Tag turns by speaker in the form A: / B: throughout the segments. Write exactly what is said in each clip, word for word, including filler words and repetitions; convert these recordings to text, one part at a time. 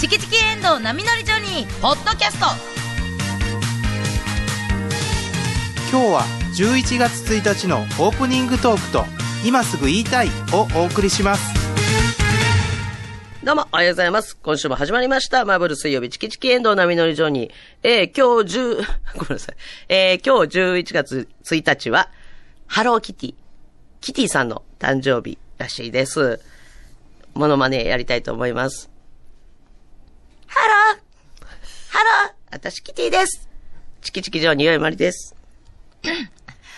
A: チキチキエンドウ波乗りジョニー」ポッドキャスト。
B: 今日はじゅういちがつついたちのオープニングトークと今すぐ言いたいをお送りします。
C: どうもおはようございます。今週も始まりましたマーブル水曜日チキチキエンドウ波乗りジョニー。えー、今日10ごめんなさい。えー、今日じゅういちがつついたちはハローキティキティさんの誕生日らしいです。モノマネやりたいと思います。ハローハロー私キティです。チキチキジョニーよいまりです。
A: 皆さん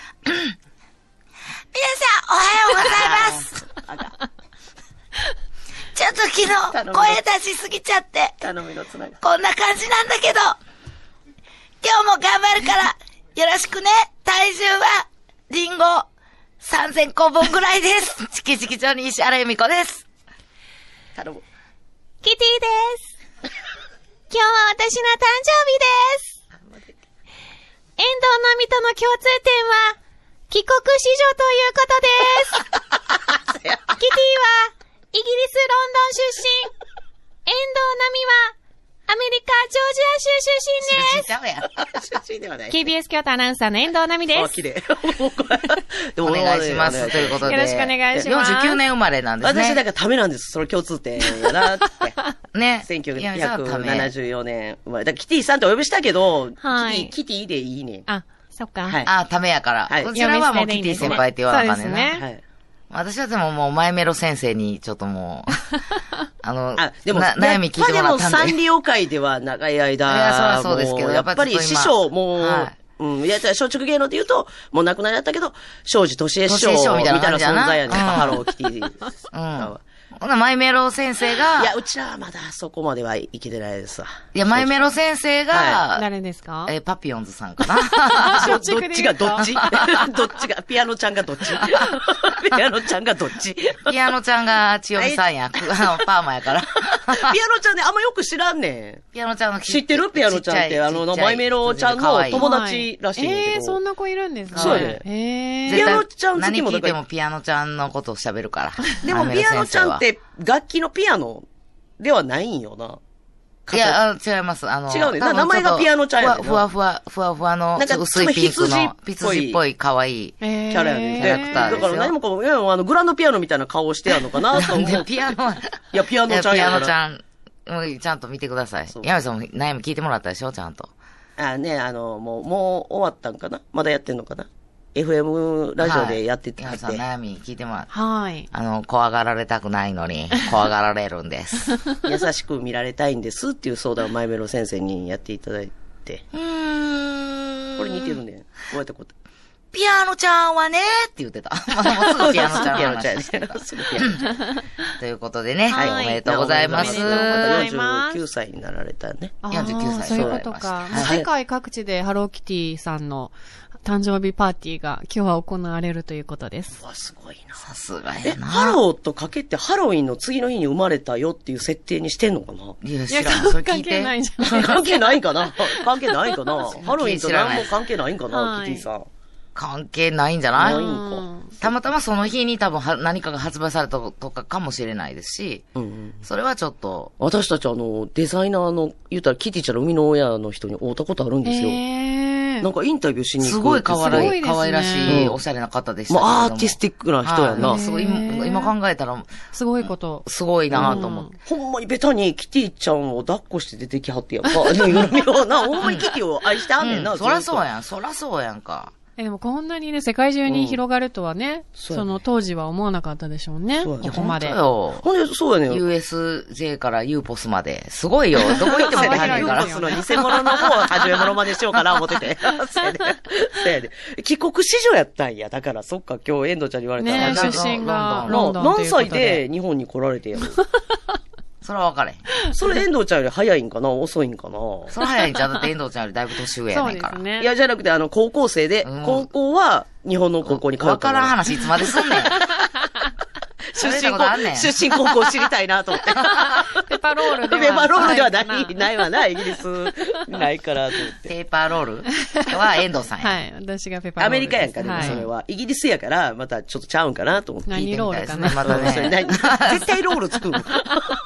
A: おはようございますちょっと昨日声出しすぎちゃって
C: 頼みのつなが
A: こんな感じなんだけど、今日も頑張るからよろしくね。体重はリンゴさんぜんこぶんぐらいですチキチキジョニー石原由美子です。
C: 頼む。
A: キティです今日は私の誕生日です。遠藤のみとの共通点は帰国子女ということですキティはイギリスロンドン出身。遠藤奈美はアメリカジョージア州出身です。
C: 出身ちゃうやん。出身ではない。
A: ケービーエス 京都アナウンサーの遠藤奈美です。
C: あ、綺麗。
D: お願いします。ということで。
A: よろしくお願いします。
D: よんじゅうきゅうねん生まれなんですね。
C: 私だからためなんです。その共通点やなって。
D: ね。
C: せんきゅうひゃくななじゅうよねん生まれ。だからキティさんってお呼びしたけど、
A: はい、
C: キティ、キティでいいね。
A: あ、そっか。
C: はい、
D: あ、ためやから。はい、こちらはもうキティ先輩って言わなあかんねんな。そうですね。はい。私はでももうマイメロ先生にちょっともう、あの、あでも悩み聞いてもらったんで。
C: でもサンリオ界では長い間。
D: いや、そりゃそうですけど、
C: やっぱり師匠も、はい、うん、いや、松竹芸能で言うと、もう亡くなりだったけど、庄司敏恵師匠みたいな存在やねん。ハローキティ。
D: うん。ほな、マイメロ先生が。
C: いや、うちらはまだそこまではいけてないですわ。
D: いや、マイメロ先生が、
A: はい、誰ですか？
D: えー、パピヨンズさんかな
C: どっちがどっちどっちが、ピアノちゃんがどっちピアノちゃんがどっち
D: ピアノちゃんが千代美さんや。あの、パーマやから。
C: ピアノちゃんね、あんまよく知らんねん。
D: ピアノちゃんの
C: 知ってるピアノちゃんって、あの、マイメロちゃんの友達らしいんだけど。
A: えー、そんな子いるんですか？
C: そうやね。
A: えー、
C: ピアノちゃん好きも
D: 何聞いてもピアノちゃんのことを喋るから。
C: でもピアノちゃんって、楽器のピアノではないんよな。
D: いや、違います。あの、
C: 違うね。名前がピアノちゃんやねんな。
D: ふわふわ、ふわふわの、薄いピンクの、羊っぽい可愛いキャラやねん。キャラクターですよ。
C: だから何もかも、いや、あの、グランドピアノみたいな顔をしてやるのかなと思う。
D: ピアノは、
C: いや、ピアノちゃんやから。
D: ピアノちゃん、ちゃんと見てください。山口さんも悩み聞いてもらったでしょ、ちゃんと。
C: あ、ね、あの、もう、もう終わったんかな？まだやってんのかな？エフエム ラジオでやってて。
D: 山口さん悩み聞いてもらって。
A: はい。
D: あの、怖がられたくないのに、怖がられるんです。
C: 優しく見られたいんですっていう相談をマイメロ先生にやっていただいて。
D: うーん。
C: これ似てるね。こうやってこと。
D: ピアノちゃんはねって言ってた。まあ、もうすぐピアノちゃんの話。
C: ピアノちゃんね。すぐピアノちゃん。
D: ということでね。
A: はい。
D: おめでとうございます。
A: おめでとうございます。
C: よんじゅうきゅうさいになられたね。
D: よんじゅうきゅうさい。
A: そういうことか。世界各地でハローキティさんの誕生日パーティーが今日は行われるということです。
C: わ、すごいな。
D: さすがや
C: え、
D: な。
C: ハローとかけてハロウィンの次の日に生まれたよっていう設定にしてんのかな？
D: いや、知らん。それ聞いて。
A: 関係ないんじゃない
C: 関係ないかな関係ないかなハロウィンと何も関係ないんかなキティさん。
D: 関係ないんじゃない？
C: ないんか。
D: たまたまその日に多分は何かが発売されたとかかもしれないですし、うんうん、それはちょっと。
C: 私たちあの、デザイナーの、言うたらキティちゃんの生みの親の人に会ったことあるんですよ。
A: えー、
C: なんかインタビューしに行く。
D: すごい可愛い、可愛らしい、おしゃれな方でしたけども。
C: まあ、アーティスティックな人やな。
D: すごい、今考えたら、
A: すごいこと。
D: すごいなと思って、
C: うん。ほんまにベタにキティちゃんを抱っこして出てきはってやんか。ぬいぐるみをな、ほんまにキティを愛してはんねんな。
D: うん、そらそうやん、そらそうやんか。
A: え、でもこんなにね、世界中に広がるとはね、うん、そ, その当時は思わなかったでしょうね。そうやね。ここまで。
D: ほん
C: で、そうやね。
D: ユーエスジェー から ユーポス まで。すごいよ。どこ行っても入るから。
C: ユーポスの偽物の方は初め物までしようかな思ってて。そうやね。そうやね。帰国子女やったんや。だから、そっか、今日、エンドちゃんに言われたら。
A: ね、出身がロンドン
C: 何歳で日本に来られてやる
D: それは分かれへん。
C: それ遠藤ちゃんより早いんかな遅いんかな
D: それ早いんちゃうだって遠藤ちゃんよりだいぶ年上やねんから。
A: そうですね。
C: いや、じゃなくて、あの、高校生で、うん、高校は日本の高校に通った。
D: 分からん話いつまですんねん。
C: 出身高、出身高校知りたいなと思って。
A: ペーパーロールでは。
C: ペーパーロールではない、ないわな、イギリス。ないからと思って。
D: ペーパーロールは遠藤さんや。
A: はい、私がペーパーロール。
C: アメリカやんかね、はい、それは。イギリスやから、またちょっとちゃうんかなと思って。
A: 何ロールかな。
C: またね。絶対ロール作る。帰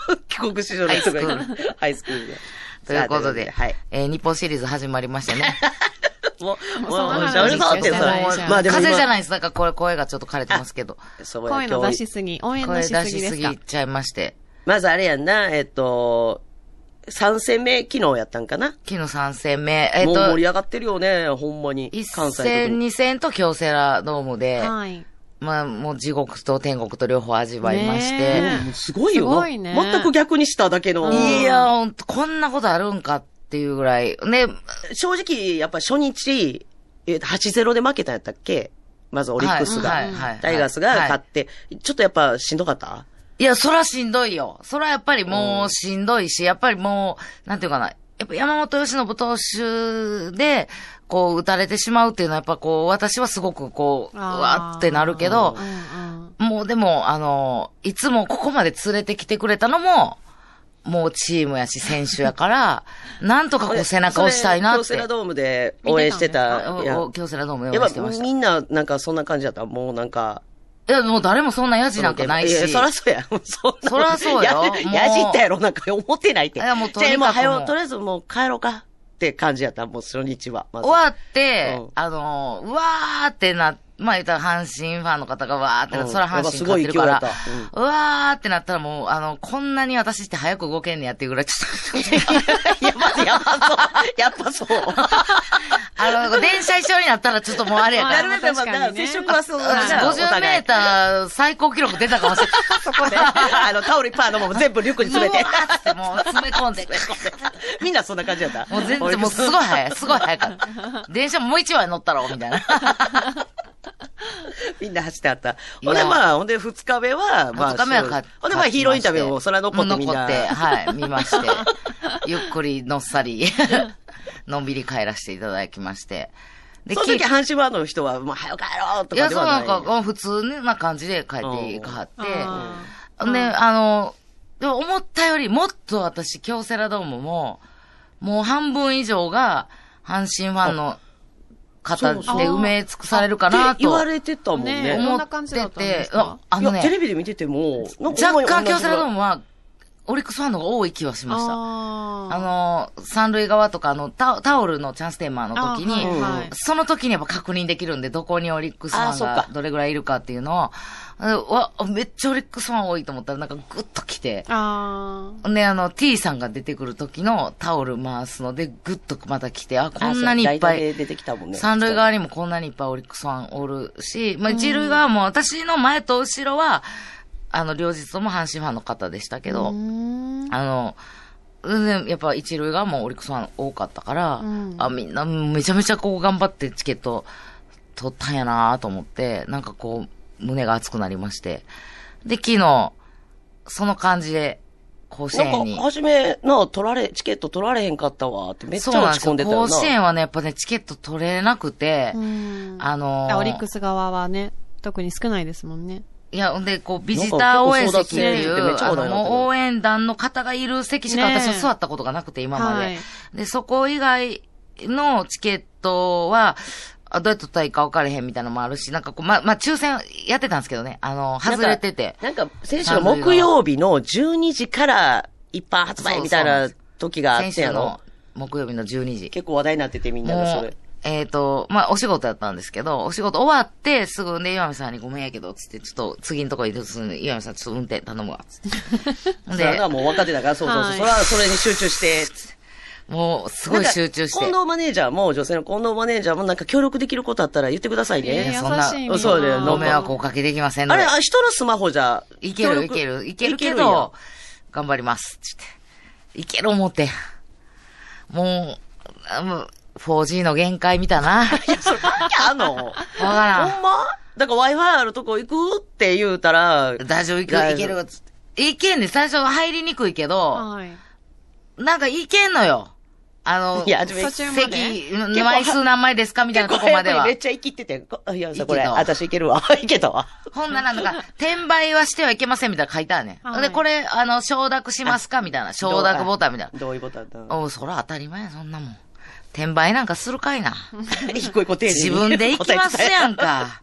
C: 国史上の人がいる。ハイスクールで。
D: ということで、はい。えー、日本シリーズ始まりましたね。
C: もう、もう、もう、喋るぞってさ。
D: まあでも。風邪じゃないです。なんかこれ声がちょっと枯れてますけど。
A: 声の出しすぎ、応援のしすぎですか。
D: 声出しすぎちゃいまして。
C: まずあれやんな、えっと、さん戦目、昨日やったんかな
D: 昨日さん戦目。えっと。
C: もう盛り上がってるよね、ほんまに。
D: いち戦、に戦と京セラドームで。はい。まあ、もう地獄と天国と両方味わいまして。
C: すごいよ。すごいね。全く逆にしただけの。
D: いや、ほんと、こんなことあるんかっていうぐらい。ね。
C: 正直、やっぱ初日、え、はちたいゼロ で負けたんやったっけまずオリックスが。はいはい、タイガースが勝って、はい、ちょっとやっぱしんどかった？
D: いや、そらしんどいよ。そらやっぱりもうしんどいし、やっぱりもう、なんていうかな。やっぱ山本由伸投手で、こう、打たれてしまうっていうのは、やっぱこう、私はすごくこう、うわーってなるけど、うんうん、もうでも、あの、いつもここまで連れてきてくれたのも、もうチームやし選手やから、なんとかこう背中を押したいなって。
C: 京セラドームで応援してた。
D: 京セラドームで応援してました。
C: みんななんかそんな感じだった。もうなんか。
D: いや、もう誰もそんなヤジなんかないし。いや、
C: そらそうや。
D: そ, そらそうよ。
C: ヤジったやろなんか思ってないって。い
D: や、もうとにかくもう。
C: じゃあもう、とりあえずもう帰ろうかって感じやった。もう初日は。
D: ま、終わって、うん、あの、うわーってなって、まあ言ったら阪神ファンの方がわーってなって、うん、そら阪神勝ってるから、うん、うわーってなったらもう、あの、こんなに私って早く動けんねやっていうぐらいちょっと。
C: やっぱ、やっぱそう。やっぱそう。
D: あの、電車一緒になったらちょっともうあれやから。
C: なるべくまた、接触はそうだ
D: な。ごじゅうメーター最高記録出たかもしれない。
C: そこで。あの、タオルいっぱいのも全部リュックに詰めて。
D: もう詰め込んで。
C: みんなそんな感じやった。
D: もう全然、もうすごい早い。すごい早かった。電車もう一枚乗ったろ、みたいな。
C: みんな走ってあった。ほんでまあ、ほんで二日目は、まあ、
D: 二日目はか
C: ほんでまあヒーローインタビューもそれは残ってみんな。
D: 残って、はい、見まして。ゆっくりのっさり、のんびり帰らせていただきまして。
C: で、その時阪神ファンの人は、もう早く帰ろうとかではない。いや、そう
D: なんか、普通な感じで帰っていかはって。で、あの、でも思ったよりもっと私、京セラドームも、もう半分以上が、阪神ファンの、方で埋め尽くされるかなと。
C: 言われてたもんね。
D: 思ってて、あのね。
C: テレビで見てても、
D: 若干京セラドームは、オリックスファンの方が多い気はしました。あ, あの、三塁側とか、あのタ、タオルのチャンステーマーの時に、はいはい、その時にやっぱ確認できるんで、どこにオリックスファンがどれぐらいいるかっていうのを、わ、めっちゃオリックスファン多いと思ったら、なんかグッと来て、あで、あの、T さんが出てくる時のタオル回すので、グッとまた来て、あ、こんなにいっぱい、
C: 出てきたもんね、
D: 三塁側にもこんなにいっぱいオリックスファンおるし、まあ、一塁側も私の前と後ろは、あの、両日とも阪神ファンの方でしたけど、あの、やっぱ一塁側もオリックスファン多かったから、うん、あ、みんなめちゃめちゃこう頑張ってチケット取ったんやなと思って、なんかこう、胸が熱くなりまして。で、昨日、その感じで、甲子園に。
C: なんか、はじめ、な、取られ、チケット取られへんかったわってめっちゃ落ち込んでたよな。
D: 甲子園はね、やっぱね、チケット取れなくて、あのー、
A: オリックス側はね、特に少ないですもんね。
D: いや、んで、こう、ビジター応援席っていう、あの、応援団の方がいる席しか私は座ったことがなくて、今まで、はい。で、そこ以外のチケットは、どうやって取ったらいいか分かれへんみたいなのもあるし、なんかこう、ま、まあ、抽選やってたんですけどね、あの、外れてて。
C: なんか、先週の木曜日のじゅうにじから一般発売みたいな時があってやろ。先週の
D: 木曜日のじゅうにじ。
C: 結構話題になっててみんながそれ。
D: えっ、ー、と、まあ、お仕事やったんですけど、お仕事終わって、すぐね、岩見さんにごめんやけど、つって、ちょっと、次のとこに移すんで、岩見さんちょっと運転頼むわ、つって。
C: で、それはもう分かってたから、そうそうそう。はい、それはそれに集中して、つって。
D: もう、すごい集中して。
C: 近藤マネージャーも、女性の近藤マネージャーもなんか協力できることあったら言ってくださいね。
D: いや、そんな、
C: そうだよ、
D: ご迷惑おかけできませんの
C: で。あれ、人のスマホじゃ、
D: いける、いける、いけるけど、頑張ります、つって。いける思って。もう、もう、フォージー の限界見たな。
C: いや、それ関係あんのわ
D: からん。
C: ほんまだから Wi-Fi あるとこ行くって言うたら、
D: 大丈夫、行く、いける、つって。いけんね、最初入りにくいけど、はい、なんかいけんのよ。あの、
C: いや、
D: 席、枚数何枚ですかみたいなとこまでは。
C: めっちゃ生きてて、いや、これ、私いけるわ。いけたわ。
D: ほんなら、なんか、転売はしてはいけませんみたいな書いてあるね。はい、で、これ、あの、承諾しますかみたいな。承諾ボタンみたいな。
C: どういうボタンだ
D: おう、そら当たり前や、そんなもん。転売なんかするかいな。
C: 一個一個丁寧に。
D: 自分で行きますやんか。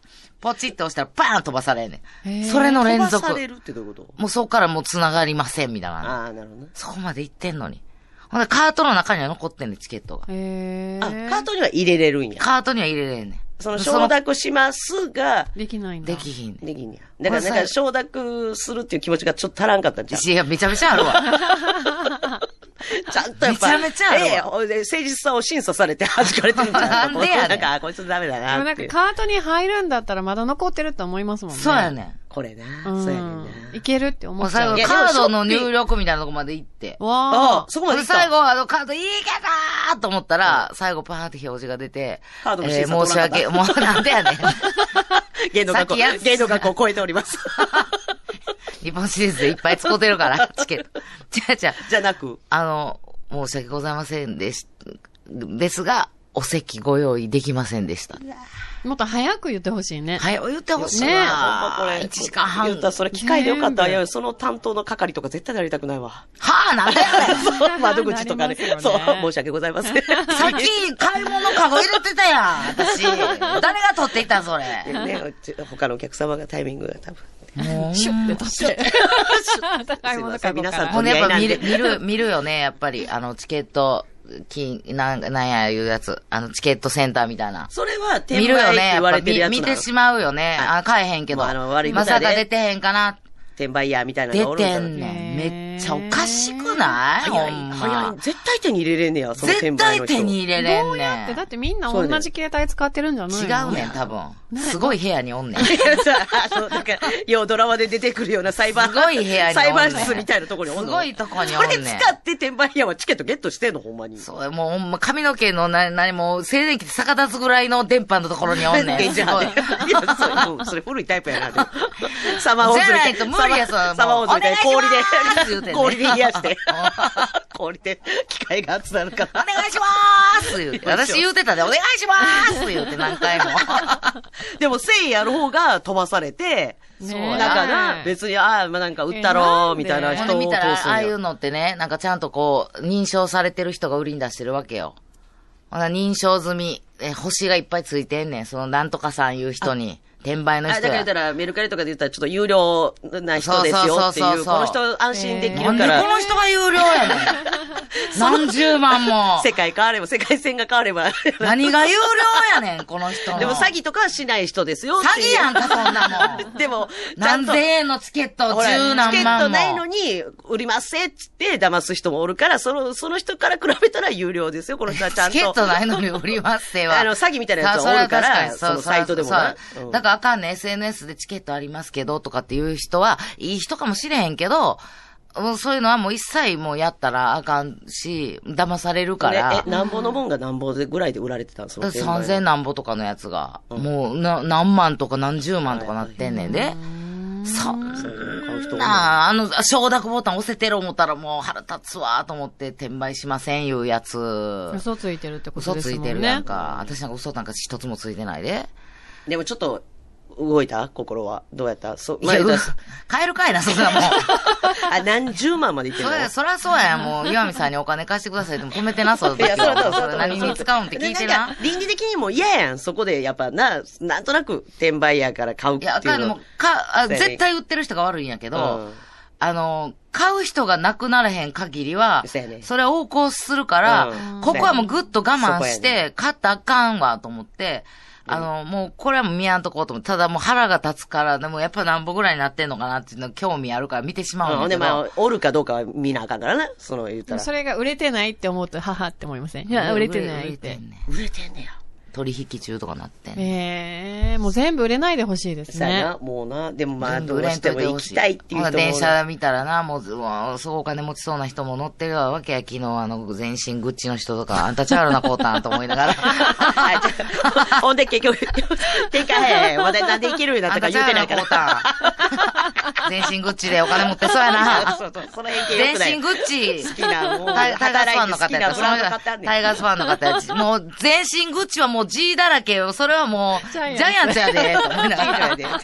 D: ポチッと押したらバーン飛ばされんね
A: へー
D: ん。それの連続。
C: 飛ばされるってどういうこと？
D: もうそこからもう繋がりませんみたいな。
C: ああ、なるほどね。
D: そこまで行ってんのに。ほんで、カートの中には残ってんねん、チケットが。
A: へ
C: あ、
A: ー。
C: カートには入れれるんや。
D: カートには入れれんねん。
C: その承諾しますが、
A: できないんだ。
D: できひんねん。
C: できんねや。だからなんか承諾するっていう気持ちがちょっと足らんかったんじゃん。
D: いや、めちゃめちゃあるわ。
C: ちゃんとやっぱ、
D: めちゃめちゃあるわ
C: ええほいで誠実さを審査されて弾かれてるんじゃん。
D: なんでやねん
C: なんか、あこいつダメだ
A: でもなんか
C: なって。
A: カートに入るんだったらまだ残ってると思いますもんね。
D: そうやねん。
C: これな。
A: うん。
C: そうやねんな。
A: いけるって思
D: もう
A: っちゃう。
D: 最後、
C: いやでも
D: カードの入力みたいなとこまで行って。
A: わ
C: あ
A: あ。
C: そこまで行った。
D: 最後、あの、カードいけたーと思ったら、最後パーンって表示が出て、
C: カードの
D: え
C: 審査
D: ー申し訳、もうなんでやねん。
C: 芸能学校、
D: さっきやつ
C: 芸能学校を超えております。
D: 日本シリーズでいっぱい使ってるから、チケット。違う違う。
C: じゃなく、
D: あの、申し訳ございませんでし、ですが、お席ご用意できませんでした。
A: もっと早く言ってほしいね。
D: はい、言ってほしい
A: ね
D: な。
C: ほんまこれ。
D: いちじかんはん。
C: 言ったらそれ機械でよかったわ。
A: 全部
C: いや、その担当の係とか絶対なりたくないわ。
D: はぁ、なんだよねん。
C: そう、窓口とかね。
A: なります
C: そう
A: よね、
C: 申し訳ございません。
D: さっき買い物カゴ入れてたやん、私。誰が取ってきたん、それ。
C: ね、うち他のお客様がタイミングが多分。
D: もう
A: シュッて取って。高いものか
C: 皆さん
D: ほんでやっぱ見る、
C: 取り合い
D: 見る、見るよね、やっぱり。あの、チケット、金、なん、なんやいうやつ。あの、チケットセンターみたいな。
C: それは、転
D: 見るよね。
C: 売って言わ
D: やっぱ見
C: れてるやつなの
D: 見てしまうよね。
C: はい
D: あ、買えへんけど。
C: もうあの悪いみ
D: ま
C: たいで
D: さか出てへんかな。
C: 転売ヤーみたいなの
D: 出
C: がおるんだろう
D: てんねん。
A: へー
D: めっちゃおかしくないほ
C: 早い、
D: んま
C: 早い。絶対手に入れれんねや、その転売
D: 絶対
C: の人。
D: 手に入れれ
A: どう
D: んねん。
A: やってだってみんな同じ携帯使ってるんじゃないの？
D: 違うねん、多分。すごい部屋におんねん。
C: いやさ、あの、なんか、ようドラマで出てくるような裁判、
D: すごい部屋におんねん
C: 裁判室みたいなところにおんの。
D: すごいとこにおんねん
C: それ使って転売屋はチケットゲットしてんの、ほんまに。
D: そう、もうほんま髪の毛のな、なにも、静電気で逆立つぐらいの電波のところにおんねん。
C: 現地派で。いや、それ、もうそれ古いタイプやな。でもサマーオーズ
D: じゃないと無理やそれはもう
C: サマーオーズみたいに氷で
D: お願いします言うてん、ね
C: 氷で冷やして。氷で機械が熱なるから。
D: お願いしまーす言うて。私言うてたで、お願いしまーす言うて何回も。
C: でも、せいやる方が飛ばされて、
A: ね
D: え
C: だから、別に、ああ、まあ、なんか、売ったろう、みたいな
A: え
C: 人を通
D: ほんで見たら、
C: すんや。
D: ああいうのってね、なんかちゃんとこう、認証されてる人が売りに出してるわけよ。ほな、認証済み、え、星がいっぱいついてんねん。その、なんとかさんいう人に、転売の
C: あ、だ
D: 人が。
C: から言ったら、メルカリとかで言ったら、ちょっと有料な人ですよって
D: そうそうそう
C: いう、
D: そう
C: この人安心でき
D: なんで
C: るから、
D: この人が有料やねん。何十万も。
C: 世界変われば、世界線が変われば。
D: 何が有料やねん、この人の。
C: でも詐欺とかはしない人ですよっていう。
D: 詐欺やんか、そんなもん。
C: でも、ちゃんと
D: 何千円のチケットを
C: ほら
D: 十何
C: チケット
D: 万も。
C: ないのに、売りますせっつって騙す人もおるから、その、その人から比べたら有料ですよ、この人はちゃんと。
D: チケットないのに売りますせは。
C: あの、詐欺みたいなやつはおるから、そのサイトでもな。
D: そうだからあかんね、エスエヌエス でチケットありますけど、とかっていう人は、いい人かもしれへんけど、もうそういうのはもう一切もうやったらあかんし、騙されるから。
C: ねえ、なんぼのもんがなんぼでぐらいで売られてたんその転売
D: さんぜんなんぼとかのやつが、もうな、何万とか何十万とかなってんねんで。そんな、あの、承諾ボタン押せてる思ったらもう腹立つわと思って転売しませんいうやつ。
A: 嘘ついてるってこと
D: 嘘
A: ですもんね。
D: ついてるやんか。私なんか嘘なんか一つもついてないで。
C: でもちょっと、動いた心は。どうやったそう、
D: いや、
C: まあ
D: う買えるかいな、そんなもん。
C: あ、何十万までいってるの
D: それ、そらそうやん。もう、岩見さんにお金貸してくださいっても止めてな、その時は。
C: いや、それは
D: それ何に使うんって聞いてな
C: んか。倫理的にも嫌やん。そこで、やっぱな、なんとなく転売やから買うっていうの。
D: いや、あかんでも、か、あ、
C: そうやね
D: 絶対売ってる人が悪いんやけど、
C: うん
D: あの、買う人がなくならへん限りは、
C: そうやね
D: それは横行するから、
C: うん
D: ここはもうぐっと我慢し
C: そこや
D: て、買ったらあかんわと思って、あの、もう、これはもう見やんとこうと思って、ただもう腹が立つから、でもやっぱ何本ぐらいになってんのかなっていうの興味あるから見てしまうん
C: ほんで、
D: だけど。
C: まあ、おるかどうかは見なあかんからな。その言ったら。
A: それが売れてないって思うと、はって思いません？いや、売れてないって
D: 売れてん。ね
C: 売れてんねや。
D: 取引中とかなってん。
A: ええ、もう全部売れないでほしいですね。
C: さやな、もうな。でもまあ、どう
D: 全部売れん
C: しても行
D: といてほしい。
C: きたいっていう人も。
D: ほな電車見たらな、もう、うわすごいお金持ちそうな人も乗ってるわけや。昨日あの、全身グッチの人とか、あんたちゃうな、こうたんと思いながら。
C: はいちょほんで結局、展開へん。まだなんで行けるようになったか言うてないから。
D: あんたちゃうなこうたん全身グッチでお金持ってそうやな。
C: そうそう、その辺系よくない
D: 全身グッチ。
C: 好きな、もう、
D: タイタイガースファンの方やった
C: 働いて好きなブランド買ってあんねん。
D: タイガースファンの方やし、もう全身グッチはもう G だらけよ。それはもう、ジ
A: ジャイアン
D: ャイアンツやで、と思いながら。
C: やで。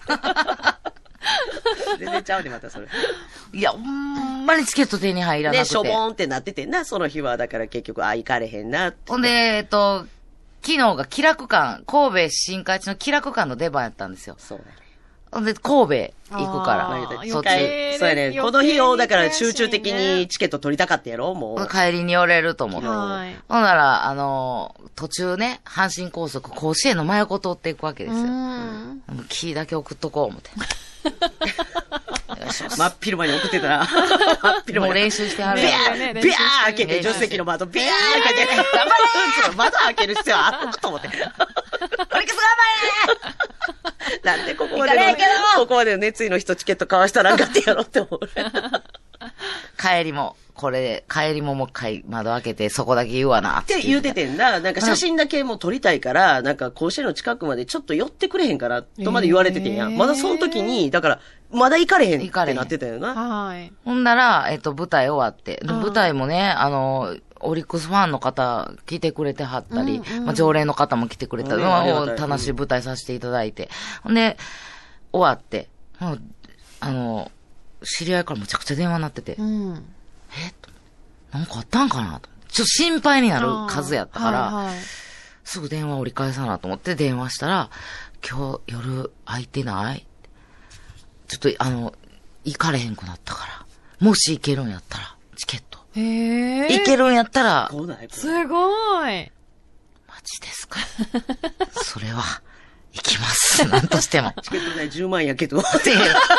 C: 全然ちゃうで、またそれ。
D: いや、ほんまにチケット手に入らな
C: で、
D: くて。
C: しょぼーんってなっててんな、その日は。だから結局、あ、行かれへんなって。
D: ほんで、えっと、 昨日が気楽館、神戸新海地の気楽館の出番やったんですよ。
C: そうだね。
D: ほんで、神戸行くから。
A: あー
D: そっち。
C: そうやね。この日を、だから集中的にチケット取りたかったやろもう。
D: 帰りに寄れると思って。
A: はい。
D: ほんなら、あのー、途中ね、阪神高速、甲子園の真横通っていくわけですよ。
A: うん。
D: もうキーだけ送っとこう、思って。お願いします。
C: 真っ昼間に送ってたら、真っ昼間に。
D: もう練習してはる
C: ビ
D: やん。
C: ャービャー開けて、助手席の窓、ビャー開けて、頑張れー窓開ける必要あると思って。
D: オリックス頑張れ
C: なんでここまでの
D: 行かないけど、
C: ここまでの熱意の人チケット買わしたらんかってやろうって思う。
D: 帰りも、これ、帰りももう一回窓開けて、そこだけ言うわな。
C: って言うててんだ。なんか写真だけもう撮りたいから、なんか甲子園の近くまでちょっと寄ってくれへんから、とまで言われててんや。
A: えー
C: まだその時に、だから、まだ行かれへんってなってたよな。
A: はい。
D: ほんなら、えっと、舞台終わって。で
A: うん
D: 舞台もね、あの、オリックスファンの方来てくれてはったり、
A: うんうん
D: まあ、常連の方も来てくれたり、
C: ね
D: まあ
C: ありがたい
D: 楽しい舞台させていただいて。ほんで、終わって、もうあの、知り合いからむちゃくちゃ電話になってて、
A: うん。
D: えっと、なんかあったんかなと。ちょっと心配になる数やったから、
A: はいはい。
D: すぐ電話折り返さなと思って電話したら、今日夜空いてないちょっとあの、行かれへんくなったから、もし行けるんやったら、チケット。
A: へえ。
D: 行けるんやったら、
C: こうないこれ
A: すごい。
D: マジですかそれは、行きます。なんとしても。
C: チケット代じゅうまんやけど。
D: っていう。
C: 転売屋や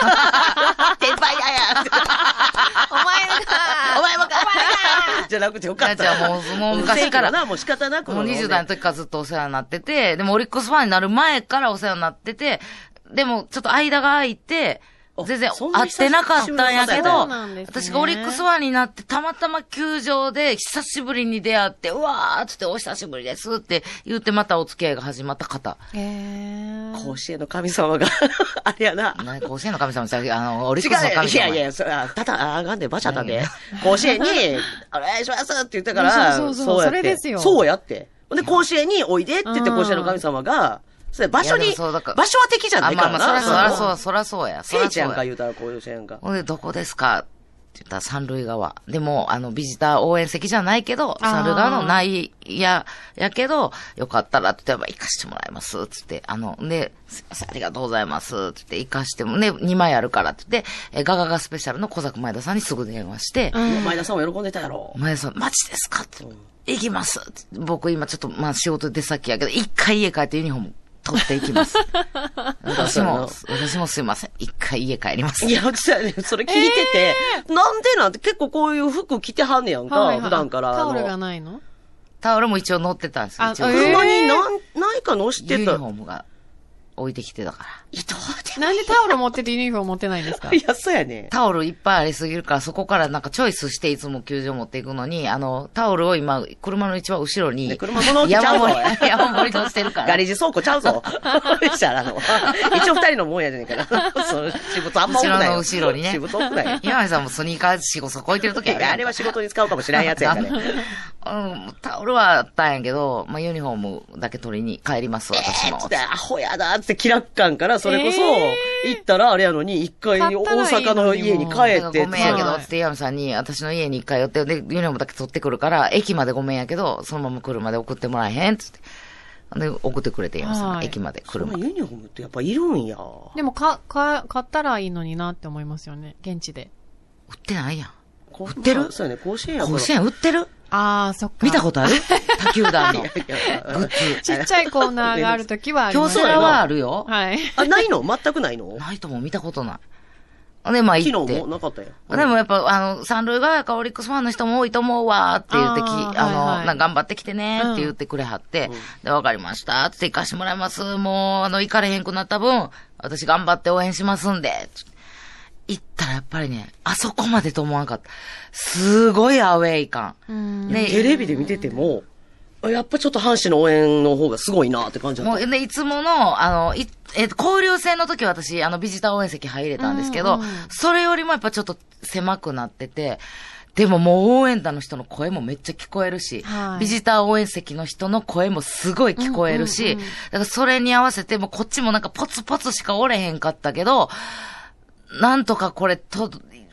A: お前が
C: お前もかじゃなくてよかった。
D: じゃあもうもう昔から
C: な、もう仕方なく。
D: もうにじゅう代の時からずっとお世話になってて、でもオリックスファンになる前からお世話になってて、でもちょっと間が空いて、全然会ってなかったんやけ
A: そ
D: ど、
A: うなんですね
D: 私がオリックスファンになってたまたま球場で久しぶりに出会って、うわーっつってお久しぶりですって言ってまたお付き合いが始まった方。
A: へえ。
C: 甲子園の神様が、あれやな。
D: な甲子園の神様じゃあの、オリッ
C: 違う
D: クスの神様。
C: いやいや、それは、ただ、あがんで、バチャだで。甲子園に、お願いしますって言ったから、
A: そうそうそう
C: やって
A: それですよ
C: そうやって。で、甲子園においでって言って、甲子園の神様が、それ場所
D: いやで
C: に、
D: もそうだから
C: 場所は敵じゃないからな。
D: あまあまあ、そらそらそう、
C: う。
D: そらそうや。そらそうや
C: 聖地やんか言うたら、こういうせんか。
D: ほんで、どこですかって言ったら三塁側。でも、あの、ビジター応援席じゃないけど、
A: あー
D: 三塁側の内野やけど、よかったら、例えば行かしてもらいます。つって、あの、で、すいません、ありがとうございます。つって、行かしても、ね、にまいあるからって言って、え、ガガガスペシャルの小作前田さんにすぐ電話して、
C: 前田さんも喜んでたやろ。
D: 前田さん、マジですかって。行きますって。僕今ちょっと、まあ仕事出先やけど、一回家帰ってユニフォーム取っていきます。私も、私もすいません。一回家帰ります。
C: いや、実はね、それ聞いてて、なんでなんて結構こういう服着てはんねやんか、
A: はいはい
C: 普段から。
A: タオルが
C: あの
A: ないの
D: タオルも一応乗ってたんですよ。
A: あ
D: 一応。
A: えー
C: 車になん、ないか乗し
D: ユニ
C: てた。
D: フォームが置いてきてたから。
C: 移動で
A: なんでタオル持っててユニフォーム持ってないんですか
C: いや、そうやね。
D: タオルいっぱいありすぎるから、そこからなんかチョイスしていつも球場持っていくのに、あの、タオルを今、車の一番後ろに、
C: ね車そのうちちゃうぞ
D: 山盛り、山盛りとしてるから。
C: ガレージ倉庫ちゃうぞ。したらあの、一応二人のもんやじゃねえかな。その私物あんま多くないよ。
D: 後ろの後ろにね
C: 私物多くないよ。
D: 今井さんもスニーカー仕事置いてる時あるやん
C: いやあれは仕事に使うかもしれんやつやからね。
D: うん、タオルはあったんやけど、まあ、ユニフォームだけ取りに帰ります、私も。
C: つって、アホやだって気楽感から、それこそ
A: え、
C: 行ったらあれやのに、一回大阪の家に帰って、
D: ごめんやけど、
A: はい
D: つって岩見さんに、私の家に一回寄って、で、ユニフォームだけ取ってくるから、駅までごめんやけど、そのまま車で送ってもらえへん、つって。で、送ってくれて、岩見さんが
A: はい
D: 駅まで
C: その
D: 車。
C: ユニフォームってやっぱいるんや。
A: でも、か、か、買ったらいいのになって思いますよね。現地で。
D: 売ってないやん。
C: 売
D: ってる
C: そうやね、甲子園やから。
D: 甲子園売ってる
A: あー、そっか。
D: 見たことある他球団の。
C: いやいや
D: グッズ。
A: ちっちゃいコーナーがあるときはあります
D: 京セラはあるよ。
A: はい。
C: あ、ないの全くないの
D: ないとも見たことない。で、まあ
C: 昨
D: 行って
C: 日も。なかったよ。
D: でもやっぱ、あの、三塁側やからオリックスファンの人も多いと思うわーって言ってき、
A: あー
D: あの、
A: はいはい
D: なんか頑張ってきてねーって言ってくれはって、
C: うん
D: で、わかりましたって行かしてもらいます。もう、あの、行かれへんくなった分、私頑張って応援しますんで。行ったらやっぱりね、あそこまでと思わんかった。すごいアウェイ感。
A: うん
D: ね
C: テレビで見てても、あやっぱちょっと阪神の応援の方がすごいなって感じだった。
D: もう、で、いつもの、あの、い、えっと、交流戦の時は私、あの、ビジター応援席入れたんですけど、
A: うんうん
D: それよりもやっぱちょっと狭くなってて、でももう応援団の人の声もめっちゃ聞こえるし、
A: はい
D: ビジター応援席の人の声もすごい聞こえるし、
A: うんうんうん
D: だからそれに合わせて、もうこっちもなんかポツポツしか折れへんかったけど、なんとかこれと、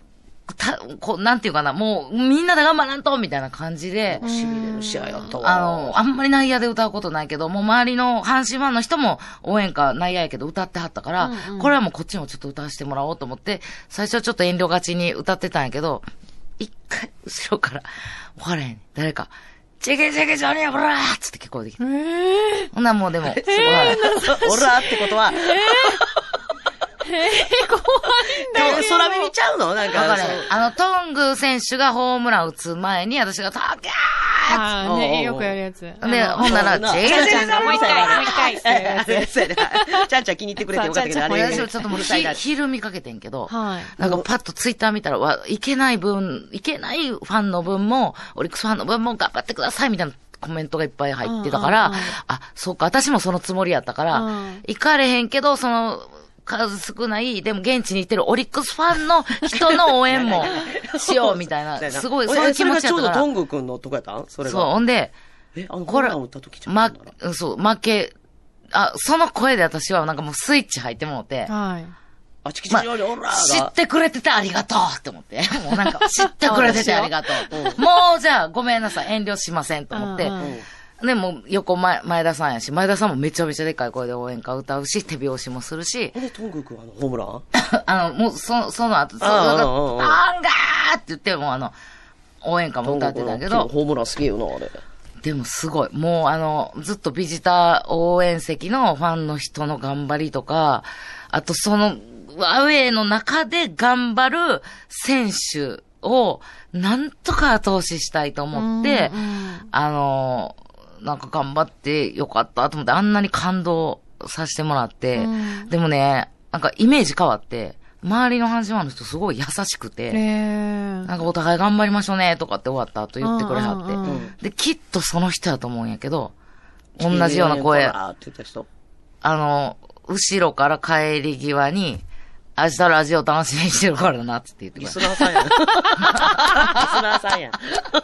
D: た、こう、なんていうかな、もう、みんなで頑張らんとみたいな感じで、
C: 痺れる試合やったわ。
D: あの、あんまり内野で歌うことないけど、もう周りの阪神ファンの人も応援歌内野やけど歌ってはったから、うんうん、これはもうこっちもちょっと歌わせてもらおうと思って、最初はちょっと遠慮がちに歌ってたんやけど、一回、後ろから、わからへん。誰か、チケチケジョニーブラーつって聞こえてきた。えー、ほんなもうでも、えー、
C: オラーってことは、えー
A: えー、怖いんだよ。
C: 空耳ちゃうのなんか。
D: かあの、トング選手がホームラン打つ前に、私が、タキャー
A: ああ、ね、よくやるやつ。で、
D: ほんなら、
A: チェーちゃんがもう一回、もう一回ってやつ。
C: ちゃんちゃん気に入ってくれてよかったけど、あれ。
D: 私はちょっともう、昼見かけてんけど、はい。なんかパッとツイッター見たら、わ、いけない分、いけないファンの分も、オリックスファンの分も頑張ってくださいみたいな。コメントがいっぱい入ってたから、あ、そうか、私もそのつもりやったから、行かれへんけど、その、数少ない、でも現地に行ってるオリックスファンの人の応援もしようみたいな、すごい、そういう気持ちやったから。それがちょう
C: どトング君のとこやったんそれが。
D: そう、ほんで、
C: え、あの、これ、打った時じゃん。
D: ま、そう、負け、あ、その声で私はなんかもうスイッチ入ってもうて、はい。
C: あ、チキチキよりオラー
D: 知ってくれててありがとうって思って。もうなんか、知ってくれててありがとう。もうじゃあごめんなさい、遠慮しませんと思って。で、もう横前、前田さんやし、前田さんもめちゃめちゃでかい声で応援歌歌うし、手拍子もするし。
C: で、トング君あの、ホームラン
D: あの、もう、そ、その後、その後、アンガーって言って、もうあの、応援歌も歌ってたけど。
C: ホームランすげえよな、あれ。
D: でもすごい。もうあの、ずっとビジター応援席のファンの人の頑張りとか、あとその、アウェーの中で頑張る選手を、なんとか後押ししたいと思って、うんうん、あの、なんか頑張ってよかったと思って、あんなに感動させてもらって、うん、でもね、なんかイメージ変わって、周りの阪神ファンの人すごい優しくて、なんかお互い頑張りましょうねとかって終わった後言ってくれはって、うんうんうん、で、きっとその人だと思うんやけど、同じような声、あの、後ろから帰り際に、明日ラジオ楽しみにしてるからなって言ってくれ
C: リスナーさんやん。リスナーさんやん。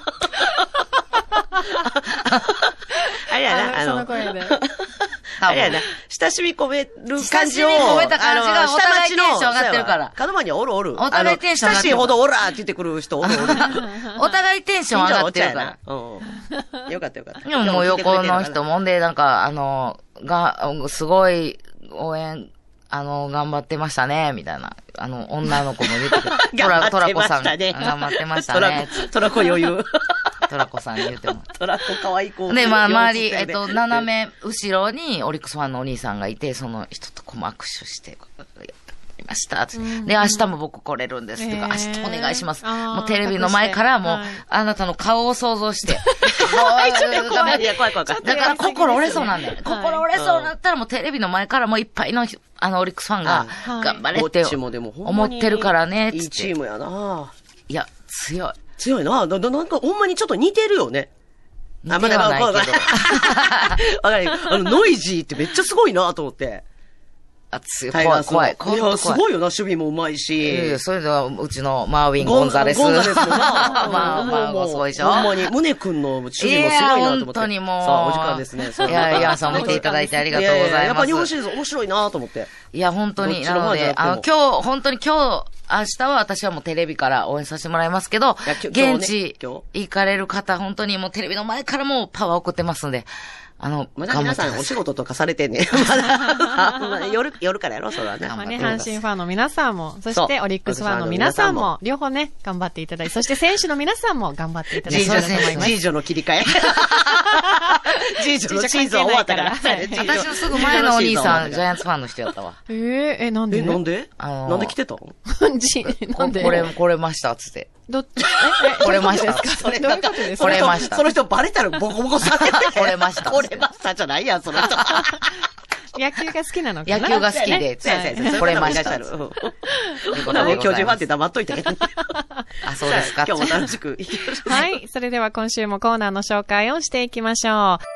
C: あれやな、あの、
A: その声で。
C: あれやな、親しみ込める感じを、
D: 親しみ込めた感じがお互いテンション上がってるから。
C: 角間におるおる。
D: お互いテンション上がってる。
C: 親しいほどオラーって言ってくる人おるおる。
D: お互いテンション上がってるから。
C: うん。よかったよかった。
D: でももう横の人もんで、なんか、あの、が、すごい応援、あの、頑張ってましたね、みたいな。あの、女の子も言ってくる。トラ、トラコさん。頑張ってましたね。
C: トラコ余裕。
D: トラコさんに言っても。
C: トラコ可愛い子。
D: で、まあ、周り、えっと、斜め後ろにオリックスファンのお兄さんがいて、その人とこう握手して、いました。で、明日も僕来れるんです。とか、明日お願いします。もうテレビの前からもう、あなたの顔を想像して。
C: 怖い怖い怖い。だ
D: から心折れそうなんだよ。心折れそうになったらもうテレビの前からもういっぱいの、あの、オリックスファンが、頑張れって思ってるからね。
C: いいチームやな。
D: いや、強い。
C: 強いな。な、なんかほんまにちょっと似てるよね。
D: 似てはないけど。わ
C: かる。あの、ノイジーってめっちゃすごいなと思って。
D: あ、強い。怖い、怖い。
C: いや、すごいよな、守備もうまいし。
D: いや、それでは、うちのマーウィン・ゴンザレス。
C: ゴンザレスもな。
D: まあまあ、すごいでしょ。
C: ほんまに、ムネ君の守備もすごいなと思って。
D: 本当にもう。
C: さあ、お時間ですね。
D: いや、ヤンさん見ていただいてありがとうございます。や
C: っぱ日本シリーズ面白いなと思って。
D: いや、本当に。なので、あの、今日、本当に今日、明日は私はもうテレビから応援させてもらいますけど、現地行かれる方、本当にもうテレビの前からもパワー送ってますんで、あの、
C: まだ皆さんお仕事とかされてんね。まだ、夜、夜からやろ、それはね。
A: まあね、阪神ファンの皆さんも、そしてオリックスファンの皆さんも、両方ね、頑張っていただいて、そして選手の皆さんも頑張っていただいて。
C: ジージョの切り替え。ジージョのシーズン終わったから。
D: 私のすぐ前のお兄さん、ジャイアンツファンの人やったわ。
A: えー、え、なんで
C: え、なんでなんで来てたの
A: ジなんで
D: これ、これました、つって。
A: どっち
D: え、これました。
A: それどういうことですか
D: これました。
C: その人バレたらボコボコされて。
D: これました。
C: これましたじゃないやん、その人。
A: 野球が好きなのかな
D: 野球が好きで、これました。
C: もう巨人ファンって黙っといて。
D: あ、そうですか。
C: 今日も楽しく。
A: はい。それでは今週もコーナーの紹介をしていきましょう。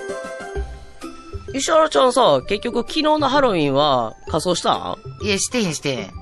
C: 石原ちゃんさ、結局昨日のハロウィンは仮装したん？
D: いや、してへんしてへん。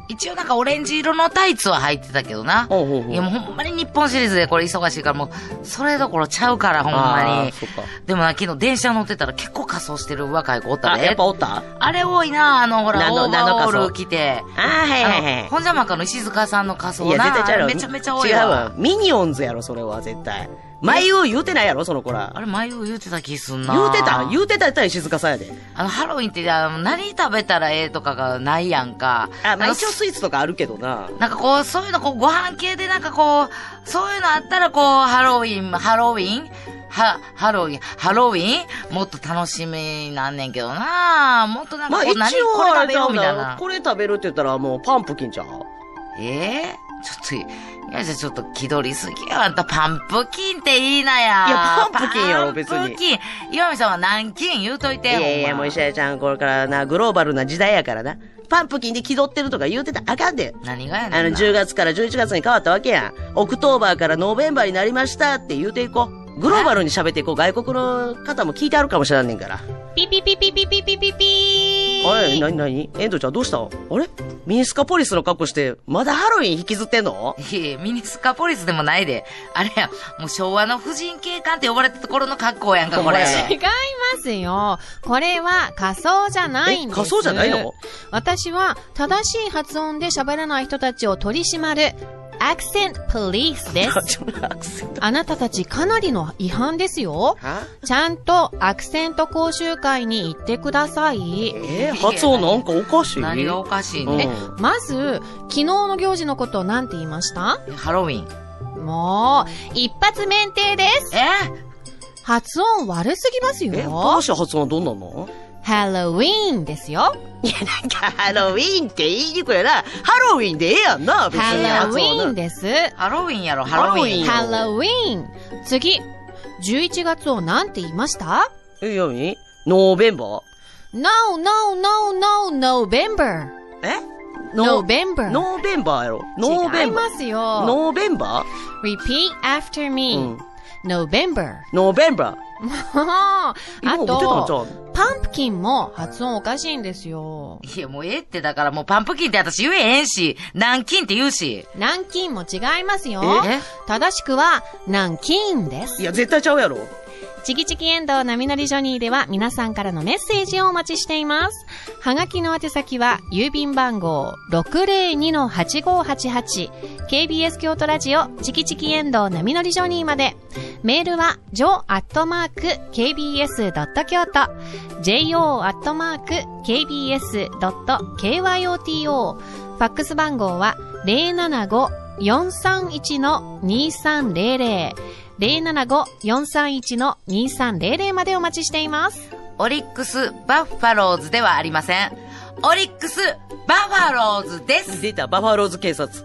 D: 一応なんかオレンジ色のタイツは入ってたけどな。
C: ほうほうほう。
D: いやもうほんまに日本シリーズでこれ忙しいからもう、それどころちゃうからほんまに。
C: そっか。
D: でもな、昨日電車乗ってたら結構仮装してる若い子おった
C: あ、
D: で。
C: やっぱおった？
D: あれ多いな、あのほら、
C: 何の
D: オーバーオール着て。
C: あー、はいはいはい。
D: 本邪魔かの石塚さんの仮装な。
C: いや、絶対ちゃうやろ。
D: めちゃめちゃ多いわ。
C: 違うわ。ミニオンズやろ、それは、絶対。眉を言うてないやろ、その子ら。
D: あれ、前言うてた気すんな。
C: 言うてた言うてたやったら石塚さんやで。
D: あの、ハロウィンってあの何食べたらええとかがないやんか。
C: あ、まあ
D: の
C: 一応スイーツとかあるけどな。
D: なんかこう、そういうの、こう、ご飯系でなんかこう、そういうのあったらこう、ハロウィン、ハロウィンは、ハロウィン、ハロウィンもっと楽しみなんねんけどなもっとなん
C: まあ一応
D: かこう、何これ食べようみたいな。
C: これ食べるって言ったらもうパンプキンちゃう？
D: ええちょっと、いや、じゃあちょっと気取りすぎよ。あんたパンプキンっていいなや。
C: いやパンプキンやろ別に
D: パンプキン。岩見さんは何金言うといて。
C: いやいや、もう石原ちゃん、これからな、グローバルな時代やからな。パンプキンで気取ってるとか言うてたらあかんで。
D: 何がやねんな。
C: あの、じゅうがつからじゅういちがつに変わったわけやん。オクトーバーからノーベンバーになりましたって言うていこう。グローバルに喋っていこう。外国の方も聞いてあるかもしれんねんから。
A: ピピピピピピピピピー。
C: あれ、なになにエンドちゃんどうしたの？あれミニスカポリスの格好して、まだハロウィン引きずってんの？
D: いえいえ、ミニスカポリスでもないで。あれや、もう昭和の婦人警官って呼ばれたところの格好やんか、これ。
A: 違いますよ。これは仮装じゃないんです。
C: え、仮装じゃないの？
A: 私は正しい発音で喋らない人たちを取り締まるアクセントポリスです。あなたたちかなりの違反ですよ。ちゃんとアクセント講習会に行ってください。
C: えー、発音なんかおかしい？
D: 何がおかしいね。
C: うん、
A: まず、昨日の行事のことを何て言いました？
D: ハロウィン。
A: もう、一発免停です。
D: え
A: 発音悪すぎますよ。
C: え、高橋発音はどんなの？
A: ハロウィンですよ。
C: いや、なんか、ハロウィンって言いにくいやな。ハロウィンでええやんな、別に。
A: ハロウィンです。
D: ハロウィンやろ、ハロウィン。
A: ハロウィン。次。じゅういちがつを何て言いました？
C: え、やに？ノーベンバー？
A: No, no, no, no, November.
C: え？
A: November.
C: ノーベンバーやろ？ノーベンバー。
A: 違いますよ。
C: ノーベンバ
A: ー ?Repeat after me.、うん、November.
C: ノーベンバー。
A: あと、
C: パ
A: パンプキンも発音おかしいんですよ。
D: いや、もうええって、だからもうパンプキンって私言えへんし、南京って言うし。
A: 南京も違いますよ。
D: え？
A: 正しくは、南京です。
C: いや、絶対ちゃうやろ。
A: チキチキエンドウ波乗りジョニーでは皆さんからのメッセージをお待ちしています。はがきの宛先は郵便番号 ろくぜろにのはちごはちはち ケービーエス 京都ラジオチキチキエンドウ波乗りジョニーまで。メールは ジョー アットマーク ケービーエス ドット 京都 ジェイオー アットマーク ケービーエス ドット ケーワイオーティーオー ファックス番号は ゼロななご よんさんいちのにさんゼロゼロゼロななご よんさんいちのにさんゼロゼロまでお待ちしています。
D: オリックス・バファローズではありません。オリックス・バファローズです。
C: 出た、バファローズ警察。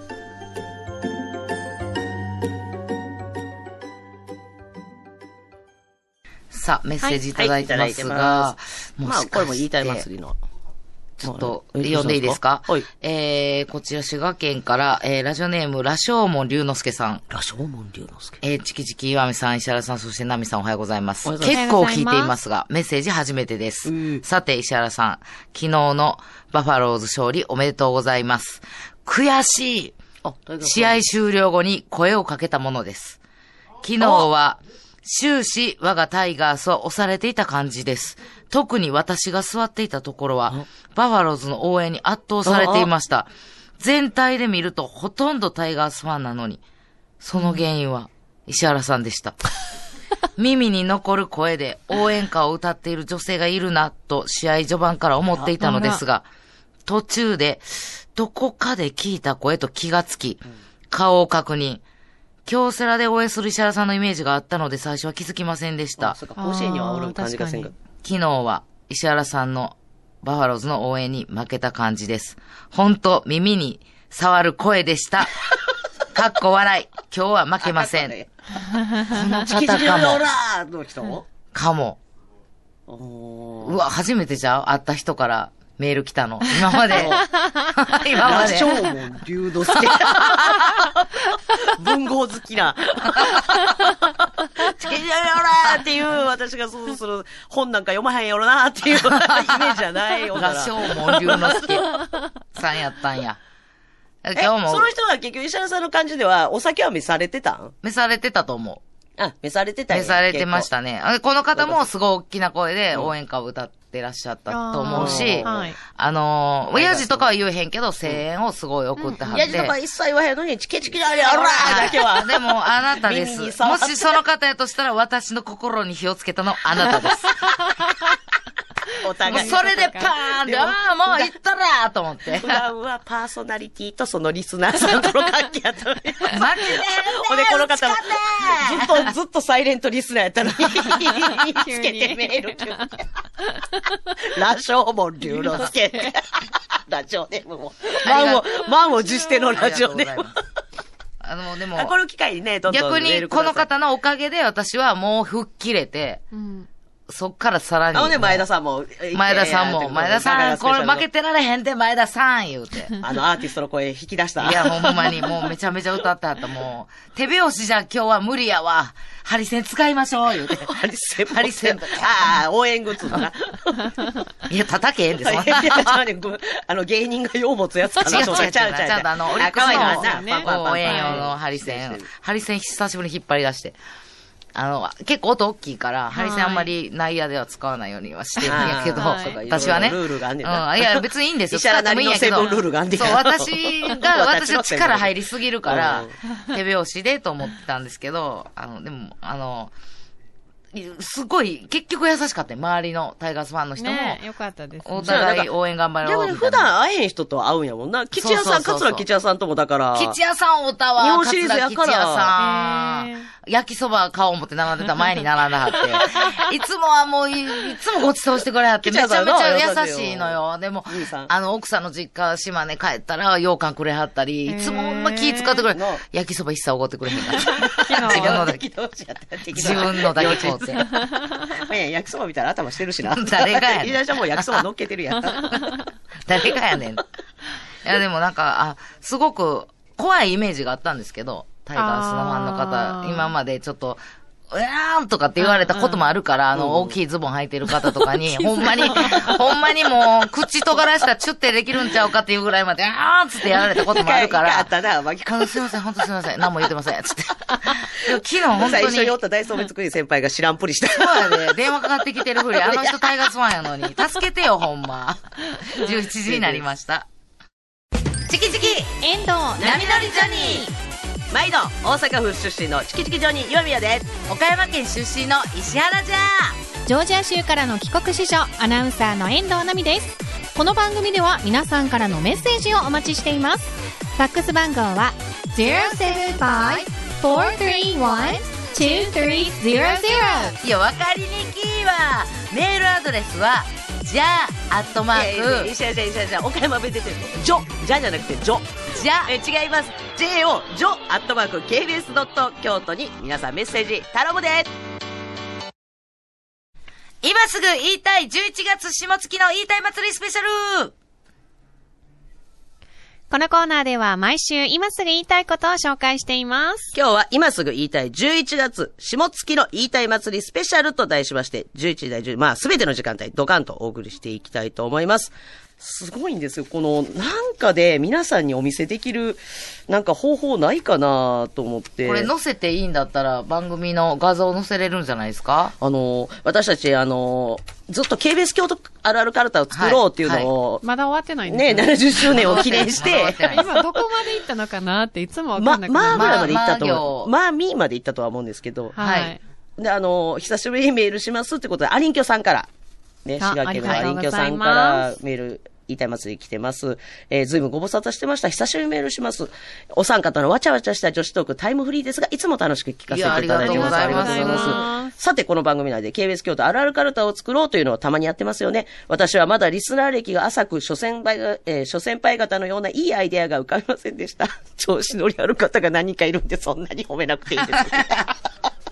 D: さあ、メッセージいただいてますが、
C: はいはい、まあ、これも言いたい祭りの。
D: ちょっと、読んでいいですか？はい。えー、こちら、滋賀県から、えー、ラジオネーム、羅生門龍之介さん。
C: 羅生門龍之介。
D: えー、チキチキ岩見さん、石原さん、そしてナミさん、おはようございます。結構聞いていますが、メッセージ初めてです。さて、石原さん、昨日のバファローズ勝利おめでとうございます。悔しい。試合終了後に声をかけたものです。昨日は、終始我がタイガースは押されていた感じです。特に私が座っていたところは、バファローズの応援に圧倒されていました。全体で見るとほとんどタイガースファンなのに、その原因は石原さんでした。耳に残る声で応援歌を歌っている女性がいるなと試合序盤から思っていたのですが、途中でどこかで聞いた声と気がつき、顔を確認。京セラで応援する石原さんのイメージがあったので最初は気づきませんでした。
C: あ、そうか、甲子園にはおる感じがせんが。
D: 昨日は石原さんのバファローズの応援に負けた感じです。ほんと耳に触る声でした。かっこ笑い。今日は負けません。この方かも。
C: の人
D: かも。うわ、初めてじゃう会った人からメール来たの。今まで。今まで。
C: 羅生門龍之介。文豪好きな。チキチキやろなーっていう、私が想像する本なんか読まへんやろなーっていうイメージじゃない。
D: 羅生門龍之介。 さんやったんや。
C: え、
D: 今日も
C: その人は結局石原さんの感じでは、お酒は召されてたん？
D: 召されてたと思う。
C: あ、召されてたんや
D: 召されてましたね。あこの方もすごい大きな声で応援歌を歌ってらっしゃったと思うし、
A: はい。
D: あのー、親父とかは言えへんけど、声援をすごい送ってはって。
C: いや、とか一切言わへんのに、チケチケあれ、あらーだけは。
D: でも、あなたです。
C: 耳に触って
D: もしその方やとしたら、私の心に火をつけたのあなたです。
C: お
D: も
C: 互い。
D: うそれでパーンで、ああ、もう行ったらーと思って。
C: 普段はパーソナリティとそのリスナーさんとの関係やったのに。
D: 負けてへんね
C: ほんで、この方も、
D: ず
C: ずっと、ずっとサイレントリスナーやったのに、つけてメールって。ラジオも龍之介。ラジオネームも。満を、満を持してのラジオネーム。
D: あの、でも、
C: この機会にね、どんどん
D: 逆
C: メールください
D: にこの方のおかげで私はもう吹っ切れて、
A: うん
D: そっからさらに。
C: あのね、前田さんも。
D: 前田さんも、前田さん、これ負けてられへんで、前田さん言うて。
C: あのアーティストの声引き出した。
D: いや、ほんまに、もうめちゃめちゃ歌ってはった。もう、手拍子じゃ今日は無理やわ。ハリセン使いましょう、言うて。
C: ハリセン。
D: ハリセン。
C: ああ、応援グッズだな。
D: いや、叩けへんで、そんな。
C: いや、ちゃうねんあの、芸人が用持つやつかな。
D: 違う違う違う。ち
C: ちゃうちゃう
D: ゃんとあの、オリックス
C: 可愛いな
D: の
C: パンパンパンパン
D: 応援用のハリセン。ハリセン久しぶりに引っ張り出して。あの、結構音大きいから、ハリセンあんまり内野では使わないようにはしてるんやけど、私はね。
C: ルールがあんねん
D: うん。いや、別にいいんですよ。
C: 石原なりの成分ルールがあんねん
D: そう、私が、私の力入りすぎるから、手拍子でと思ってたんですけど、あの、でも、あの、すごい、結局優しかったよ。周りのタイガースファンの人も。
A: ねよかったです。
D: お互い応援頑張ろう。
C: 逆に普段会えへん人と会うんやもんな。吉谷さん、桂吉谷さんともだから。
D: 吉谷さんおったわ。
C: 日本シリーズやから。
D: 吉谷さん。焼きそば買おう思って並んでた前に並んだはって。いつもはもうい、いつもご馳走してくれはって、めちゃめちゃ優しいのよ。でも、あの、奥さんの実家、島根帰ったら、羊羹くれはったり、いつもほんま気使ってくれ。焼きそば一切おごってくれへんから。自分のだけ。自分のだけ買うて。
C: いや、焼きそば見たら頭してるしな。
D: 誰がやねん。
C: いらっしゃもう焼きそば乗っけてるやん。
D: 誰がやねん。いや、でもなんか、あ、すごく怖いイメージがあったんですけど、タイガースのファンの方、今までちょっと、うやーんとかって言われたこともあるから、あの、大きいズボン履いてる方とかに、ほんまに、ほんまにもう、口尖らしたらチュッてできるんちゃうかっていうぐらいまで、あーんつってやられたこともあるから。
C: あったな、巻き
D: あの、すいません、ほんとすいません。何も言ってません。つって。昨日本当に。
C: 最初におった大送別クイ先輩が知らんぷりした。
D: そうやで、電話かかってきてるふり。あの人タイガースファンやのに。助けてよ、ほんま。じゅういちじになりました。チキチキ
A: 遠藤
D: 波乗りジョニー
C: 毎度、大阪府出身のチキチキジョニー岩宮です。
D: 岡山県出身の石原じゃ
A: ジョージア州からの帰国子女アナウンサーの遠藤奈美です。この番組では皆さんからのメッセージをお待ちしています。ファックス番号は ゼロセブンファイブ フォースリーワン ツースリーゼロゼロ。
D: いや、わかりにきいわ。メールアドレスはじゃあ、アットマーク。
C: 石原ちゃん、石原ちゃん、岡山弁出てる。ジョ、じゃじゃなくてジョ。
D: じゃ
C: え、違います。J を、ジョ、アットマーク、ケービーエス ドット京都に皆さんメッセージ、頼むで。
D: 今すぐ言いたいじゅういちがつ下月の言いたい祭りスペシャル。
A: このコーナーでは毎週今すぐ言いたいことを紹介しています。
C: 今日は今すぐ言いたいじゅういちがつ下月の言いたい祭りスペシャルと題しまして、じゅういちじ台じゅう、まあすべての時間帯ドカンとお送りしていきたいと思います。すごいんですよ。この、なんかで皆さんにお見せできる、なんか方法ないかなと思って。
D: これ載せていいんだったら番組の画像載せれるんじゃないですか？
C: あの、私たち、あの、ずっと ケービーエス 京都あるあるカルタを作ろうっていうのを、はいはい、
A: まだ終わってないんですよ
C: ね。ね、ななじゅっしゅうねんを記念して、
A: 今どこまで行ったのかなっていつもわかんなくなる。
C: ま、まあぐらいまで行ったと思う。まあみまで行ったとは思うんですけど、
A: はい。
C: で、あの、久しぶりにメールしますってことで、アリンキョさんから、ね、滋賀県のアリンキョさんからメール、言いたい祭り来てます。えー、ずいぶんご無沙汰してました。久しぶりにメールします。お三方のわちゃわちゃした女子トークタイムフリーですが、いつも楽しく聞かせていただいてます。
D: ありがとうございます。
C: ありがとうございます。さて、この番組内で ケービーエス 京都あるあるカルタを作ろうというのをたまにやってますよね。私はまだリスナー歴が浅く、諸先輩が、えー、諸先輩方のようないいアイデアが浮かびませんでした。調子乗りある方が何人かいるんで、そんなに褒めなくていいです。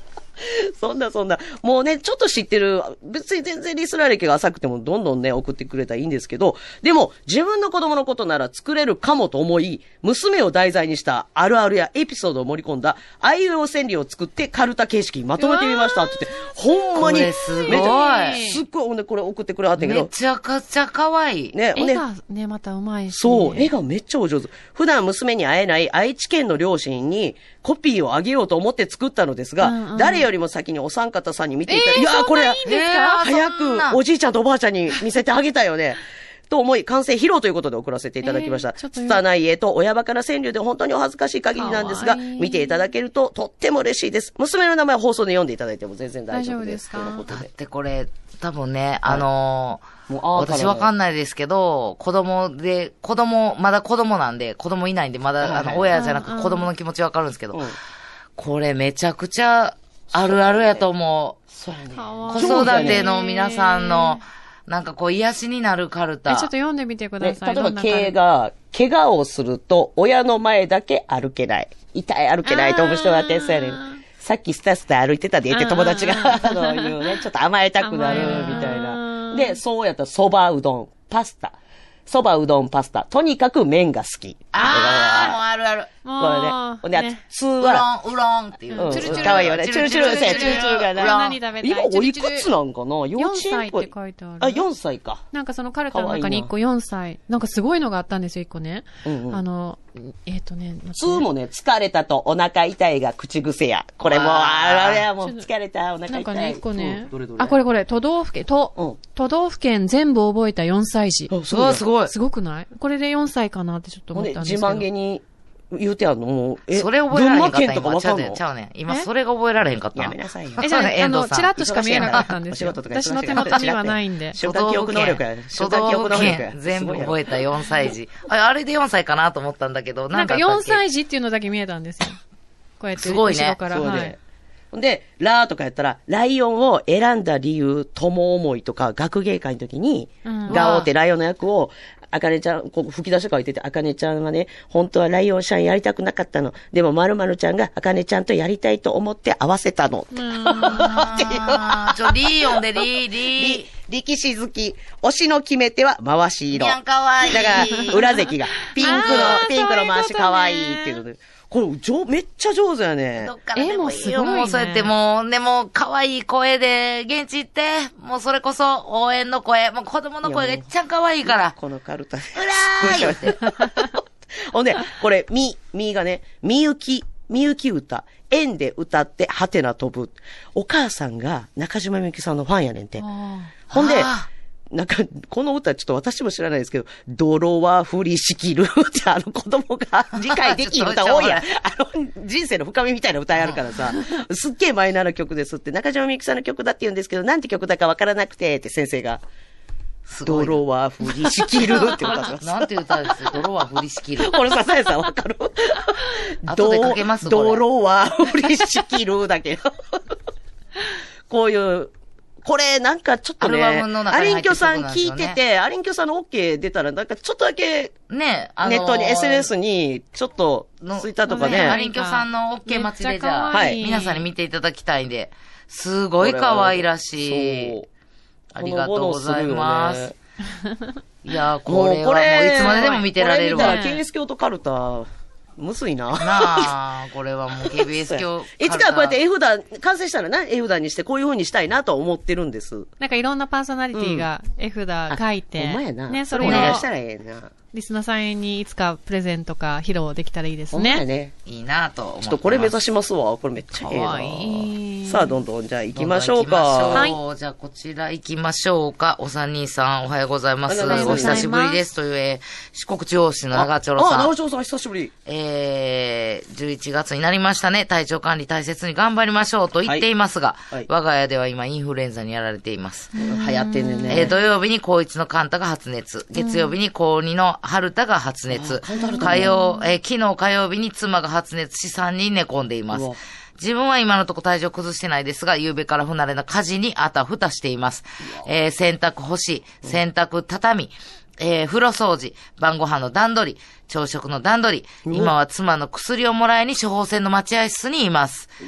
C: そんなそんな。もうね、ちょっと知ってる、別に全然リスナー歴が浅くてもどんどんね、送ってくれたらいいんですけど、でも、自分の子供のことなら作れるかもと思い、娘を題材にしたあるあるやエピソードを盛り込んだ、あいうえお川柳を作ってカルタ形式にまとめてみましたって言って、ほんまに、
D: これすごい
C: めちゃすっごい、ほんでこれ送ってくれはってんけど、
D: めちゃくちゃ可愛い。
C: ね、ほんで
A: 絵がね、またうまいし。
C: そう、絵がめっちゃお上手。普段娘に会えない愛知県の両親にコピーをあげようと思って作ったのですが、
A: うんうん、
C: 誰よりも先にお三方さんに見ていただいて、
A: えー、
C: いやーこれ、
A: いいんですか
C: 早くおじいちゃんとおばあちゃんに見せてあげたよね。と思い、完成披露ということで送らせていただきました。
A: えー、
C: 拙い絵と親バカな川柳で本当にお恥ずかしい限りなんですが、いい見ていただけるととっても嬉しいです。娘の名前は放送で読んでいただいても全然大丈夫です。
A: 大丈夫ですか？
D: だってこれ、多分ね、あのー、
C: もうあ
D: 私わかんないですけど、子供で、子供、まだ子供なんで、子供いないんで、まだ、あの、親じゃなく子供の気持ちわかるんですけど、
C: うん、
D: これめちゃくちゃあるあるやと思う。
C: そうやね。
D: 子育ての皆さんの、なんかこう癒しになるカルタ。
A: え、ちょっと読んでみてください。
C: ね、例えば、K が、怪我をすると、親の前だけ歩けない。痛い歩けないと思う人があってそうやねん。さっきスタスタ歩いてたでって友達が、あの、言うね、ちょっと甘えたくなる、みたいな。で、そうやったら、蕎麦うどん、パスタ。蕎麦うどんパスタ。とにかく麺が好き。
D: ああ、もうあるある。
C: これね。ほんで、
A: ね、
C: 通は、
D: うろん、うろんっていう。
C: うん、
A: チュルチュル。
C: かわいいよね。チュルチュル、チュルチュルがな。
A: 何食べたい？
C: 今おいくつなんかな？幼稚園っぽい。
A: よんさいって書いてある。
C: あ、よんさいか。
A: なんかそのカルタの中にいっこよんさい。なんかすごいのがあったんですよ、いっこね。
C: うんうん、
A: あの、えっとね。
C: 通もね、疲れたとお腹痛いが口癖や。これもう、あれはもう疲れた、お腹痛い。
A: なんかね、いっこね。
C: うん、どれどれ
A: あ、これこれ、都道府県、都、うん、都道府県全部覚えたよんさい児。
C: すごい、すごい。
A: すごくない？これでよんさいかなってちょっと思ったんですけど。
C: 自慢げに言うてあるのもう、
D: え、それ覚えられへんかった。
C: 群馬県とかわかんの？
D: ちゃうねん。今それが覚えられへんかった。
C: やめなさいよ。
A: え、じゃあ、あの、チラッとしか見えなかったんですよ。私の手元にはないんで。
C: 瞬間記憶能力や。瞬間記憶能力や。
D: 全部覚えたよんさい児。あ, あれでよんさいかなと思ったんだけど、
A: なんかよんさい児っていうのだけ見えたんですよ。こうやって。
D: すごいね。
A: 後ろから。はい。
C: で、ラーとかやったら、ライオンを選んだ理由、友思いとか、学芸会の時に、うん、ガオってライオンの役を、あかねちゃん、こう吹き出し書いてて、あかねちゃんはね、本当はライオンちゃんやりたくなかったの。でも、まるまるちゃんがあかねちゃんとやりたいと思って合わせたの。っていう。
D: ちょ、リーヨンでリー、リー。
C: 力士好き。推しの決め手は回し色。
D: いや、かわいい。
C: だから、裏関が、ピンクの、ピンクの回しかわいいっていうことで。これ、上、めっちゃ上手やね。
D: どっからでもいいよ。もうそうやってもう、でも、可愛い声で、現地行って、もうそれこそ、応援の声、もう子供の声が一番可愛いから。
C: このカルタで。
D: うらー言って。
C: ほんで、これ、み、みがね、みゆき、みゆき歌、円で歌って、はてな飛ぶ。お母さんが中島みゆきさんのファンやねんて。ほんで、なんか、この歌ちょっと私も知らないですけど、泥は降りしきるってあの子供が理解できる歌多いやん。あの、人生の深みみたいな歌やるからさ、すっげえマイナーな曲ですって、中島みゆきさんの曲だって言うんですけど、なんて曲だかわからなくて、って先生が。泥は降りしきるって歌です。
D: なんて歌ですよ、泥は降りしきる。
C: これささやさんわかる？
D: 後でかけますこれ
C: 泥は降りしきるだけど。こういう、これなんかちょっとね、アリンキョさん聞いてて、アリンキョさんの OK 出たらなんかちょっとだけ、
D: ね、
C: ネットに エスエヌエス にちょっとツイッターとかね。
D: アリンキョさんの OK 待ちでじゃあ、はい。皆さんに見ていただきたいんで、すごい可愛らしい。ありがとうございます。いや、これはもういつまででも見てられるわ。
C: これ見たら ケービーエス 京都カルタ、むずいな。
D: なあ、これはもう ケービーエス 京
C: いつかこうやって絵札、完成したらな、絵札にしてこういう風にしたいなと思ってるんです。
A: なんかいろんなパーソナリティが絵札書いて。
C: ほんまやな。
A: ね、
C: それをお願いしたらええな。
A: リスナーさんにいつかプレゼントか披露できたらいいですね。
C: ね。
D: いいなと思って。
C: ちょっとこれ目指しますわ。これめっちゃええな。
A: かわいい。
C: さあ、どんどんじゃあ行きましょうか。
D: はい。じゃあこちら行きましょうか。お三人さんおはようございます。お久しぶりです。という、えー、四国地方市の長丁場さん。
C: あ、長丁場さん久しぶり。
D: えー、じゅういちがつになりましたね。体調管理大切に頑張りましょうと言っていますが、はいはい、我が家では今インフルエンザにやられています。
C: 流行ってんねんね。
D: えー、土曜日に高一のカンタが発熱。月曜日に高二の春田が発熱。火曜、えー、昨日火曜日に妻が発熱しさんにん寝込んでいます。自分は今のところ体調崩してないですが、夕べから不慣れな家事にあたふたしています。えー、洗濯干し、洗濯畳、えー、風呂掃除、晩ご飯の段取り、朝食の段取り、今は妻の薬をもらいに処方箋の待合室にいます。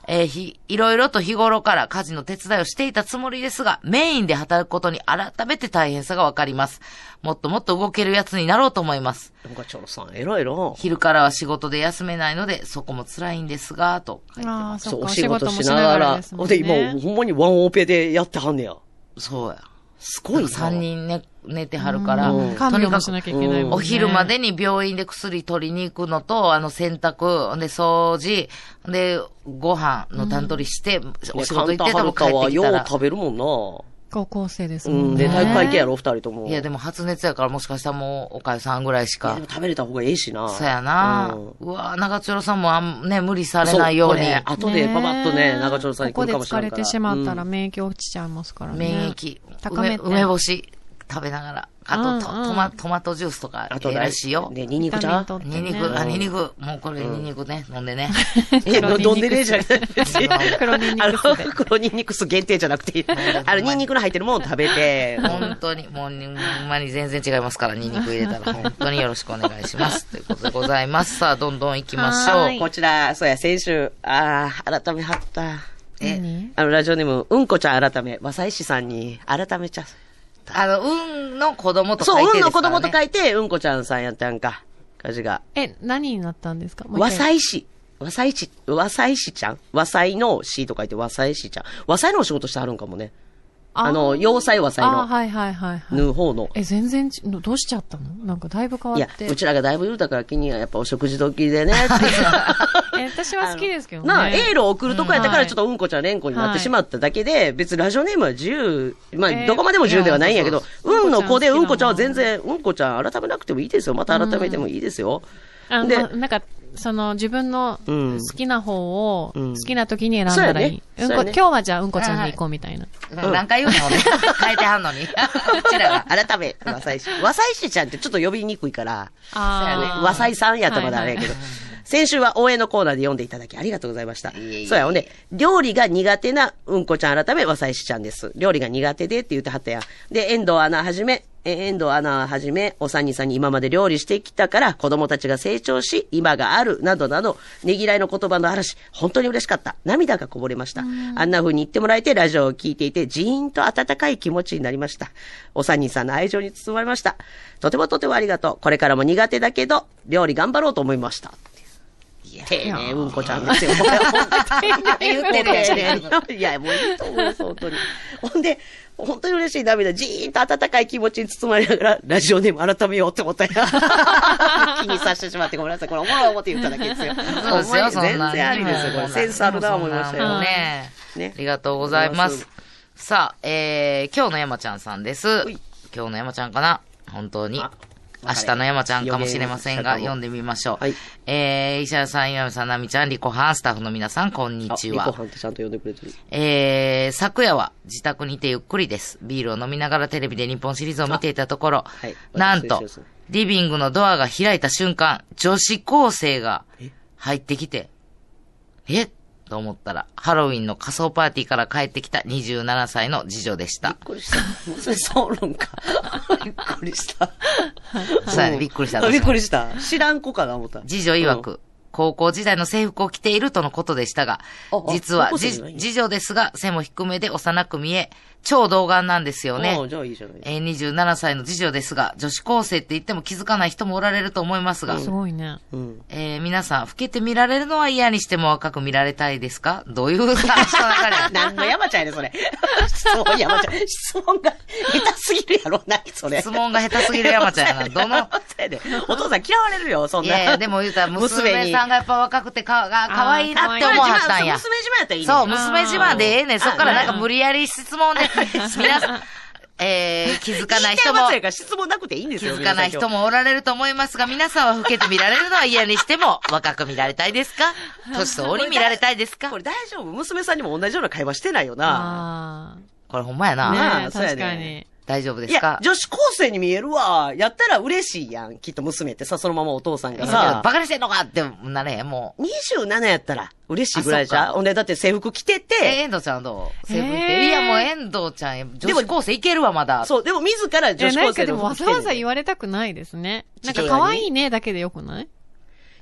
D: えー、ひ、いろいろと日頃から家事の手伝いをしていたつもりですが、メインで働くことに改めて大変さがわかります。もっともっと動けるやつになろうと思います。
C: なんかちょろさん、えらいな。
D: 昼からは仕事で休めないので、そこも辛いんですが、と書いてます。
A: ああ、そっか、
C: お
A: お仕事もしな
C: 仕事しながら。
A: がらですもん
C: で、
A: ね。
C: 今、ほんまにワンオペでやってはんねや。
D: そうや。
C: すごいな。
D: 三人寝、寝てはるから、
C: うん
A: 看病もしなきゃいけないもんね。
D: お昼までに病院で薬取りに行くのと、あの洗濯、で掃除、でご飯の段取りして、お仕事行ってたら帰ってきたら。
C: はよう食べるもんな。
A: 高校生です
C: うん。
A: もんね。
C: で、体育会系やろ、二人とも。
D: いや、でも発熱やからもしかしたらもうおかゆさんぐらいしか。
C: いやでも食べれた方がいいしな。
D: そうやな。
C: うん
D: うわ長丁さんもあんね、無理されないように。
C: そうこれ後でパパッとね、
A: え
C: 長丁さんに来るかもしれないから。
A: ここで疲れてしまったら
C: うん
A: 免疫落ちちゃいますからね。
D: 免疫。
A: 高めて
D: 梅梅干し食べながら。あと、と
A: うんうん
D: トマ、トマトジュースとか、
C: あと
D: ええらしいよ。
C: ね、ニンニクちゃん
A: ビタミン取って
D: ニンニク、
A: ね
D: あ、ニンニク。もうこれニンニクね、飲んでね。
C: いや、飲んでねえじゃん。
A: 黒ニンニクスで
C: あの、黒ニンニクス限定じゃなくて、あの、ニンニクの入ってるものを食べて。
D: 本当に、もう、ほんまに全然違いますから、ニンニク入れたら、本当によろしくお願いします。ということでございます。さあ、どんどん行きましょう。
A: はい
C: こちら、そうや、先週、ああ、改めはった。
D: え、
A: 何
C: あの、ラジオネーム、うんこちゃん改め、和西市さんに、改めちゃ。
D: あの、運の子供と書
C: そう、
D: いて
C: うんの子
D: ですからね。
C: 供と書いて、うんこちゃんさんやったやんか。家事が。
A: え、何になったんですか？
C: 和西市。和西市、和西市ちゃん和西の市と書いて和西市ちゃん。和西のお仕事してはるんかもね。あの、要塞和西
A: あ、
C: の、
A: はいはいはいはい。
C: ぬ方の。
A: え、全然ち、どうしちゃったの？なんかだいぶ変わ
C: いや、
A: って。
C: うちらがだいぶ言うたから気にはやっぱお食事時でね、って
A: え、私は好きですけどね。
C: なあ、エールを送るとこやったから
A: うん
C: ちょっとうんこちゃん連呼になってしまっただけで、別にラジオネームは自由、まあ、
A: えー
C: どこまでも自由ではないんやけど
D: いや、
C: うんの子でうんこちゃんは全
A: 好きだ
C: 然、うんこちゃん改めなくてもいいですよ。また改めてもいいですよ。
A: あ
C: で
A: まなんか、その自分の
C: うん
A: 好きな方を
C: うん
A: 好きな時に選んだらいい。うんこ、
C: そうやねそうやね
A: 今日はじゃあうんこちゃんに行こうみたいな。
D: 何回言うのね。書いてはんのに。うちらが。
C: 改め、和西市。和西市ちゃんってちょっと呼びにくいから、
A: あ
C: 和西さんやったらまだあれやけど。先週は応援のコーナーで読んでいただきありがとうございました。
D: いえいえ
C: そうや、ほんで、料理が苦手なうんこちゃん改め和西市ちゃんです。料理が苦手でって言ってはったやん。で、遠藤アナはじめ、え遠藤アナはじめ、お三人さんに今まで料理してきたから子供たちが成長し、今がある、などなど、ねぎらいの言葉の嵐、本当に嬉しかった。涙がこぼれました。あんな風に言ってもらえて、ラジオを聞いていて、ジーンと温かい気持ちになりました。お三人さんの愛情に包まれました。とてもとてもありがとう。これからも苦手だけど、料理頑張ろうと思いました。丁寧うんこちゃんですよ。
D: 言ってるやん。
C: いや、もういいと思います、本当に。ほんで、本当に嬉しい涙、じーんと温かい気持ちに包まれながら、ラジオネーム改めようって思ったよ。気にさせてしまってごめんなさい。これ、おもろい思って言っただけですよ。
D: そうですよ、そんな。
C: 全然ありですよ、これ。センスあるな、思いました
D: そんなも
C: よ。
D: んね。
C: ね
D: ありがとうございます。さあ、えー、今日の山ちゃんさんです
C: い。
D: 今日の山ちゃんかな本当に。
C: あ
D: 明日の山ちゃんかもしれませんが、
C: 予言
D: 読んでみましょう。
C: はい
D: えー、石原さん、岩見さん、奈美ちゃん、リコハン、スタッフの皆さん、こんに
C: あ、
D: ちは。
C: リコハンってちゃんと呼んでくれてる。
D: えー、昨夜は自宅にてゆっくりです。ビールを飲みながらテレビで日本シリーズを見ていたところ、
C: はい
D: なんと
C: 私と一緒です、
D: リビングのドアが開いた瞬間、女子高生が入ってきて、えと思ったら、ハロウィンの仮装パーティーから帰ってきたにじゅうななさいの次女でした
C: びっ。くりした。娘さんおるんか。びっくりした。
D: そうやねびっくりした
C: びっくりした。知らん子かな思った。
D: 次女曰く、高校時代の制服を着ているとのことでしたが
C: ああ、
D: 実はじ
C: 高校生じゃないんや
D: 次女ですが、背も低めで幼く見え、超童顔なんですよね
C: ああ。じゃあいいじゃない。
D: えー、にじゅうななさいの次女ですが、女子高生って言っても気づかない人もおられると思いますが、
A: すごいね。
C: うん。
D: えー、皆さん、老けて見られるのは嫌にしても若く見られたいですか？どういう話の流れ
C: 何の山ちゃんやねん、それ。質問山ちゃん。質問が下手すぎるやろ、何それ。
D: 質問が下手すぎる山ちゃんやな。どの、
C: そうやでお父さん嫌われるよ、そんな。
D: いやいや、でも言うたら娘
C: に
D: さんがやっぱ若くてか、が、可愛いなって
A: あー
D: 思わはったんや。
C: 娘自慢やったらいいね
D: そう、娘自慢でええねん。そっからなんか
A: あー
D: 無理やり質問で、皆さん、えー、気づかない人も
C: 言いたいことやから質問なくていいんですよ。
D: 気づかない人
C: も。
D: もおられると思いますが、皆さんは老けて見られるのは嫌にしても、若く見られたいですか？年相応に見られたいですか？
C: これ大丈夫娘さんにも同じような会話してないよな。
A: あ
D: これほんまやな。
A: あ。
C: なあ
A: ねえ、
C: そうやね
A: 確かに。
D: 大丈夫で
C: いや
D: すか、？
C: 女子高生に見えるわ。やったら嬉しいやん。きっと娘ってさ、そのままお父さんが
D: バ
C: さ。
D: カにしてんのかってなれへん、もう。
C: にじゅうななやったら嬉しいぐらいじ
D: あそっか
C: ゃん。ほんで、だって制服着て
D: え、
C: て、
D: 遠藤ちゃんはどう制服着て。
A: えー
D: いや、もう遠藤ちゃん、女子高生いけるわ、まだ。
C: そう、でも自ら女
A: え、
C: 子
A: なんかで
C: 高生の
A: もわざわざ言
C: わ
A: われたくないですね。なんか
C: 父親に
A: 可愛いねだけでよくない？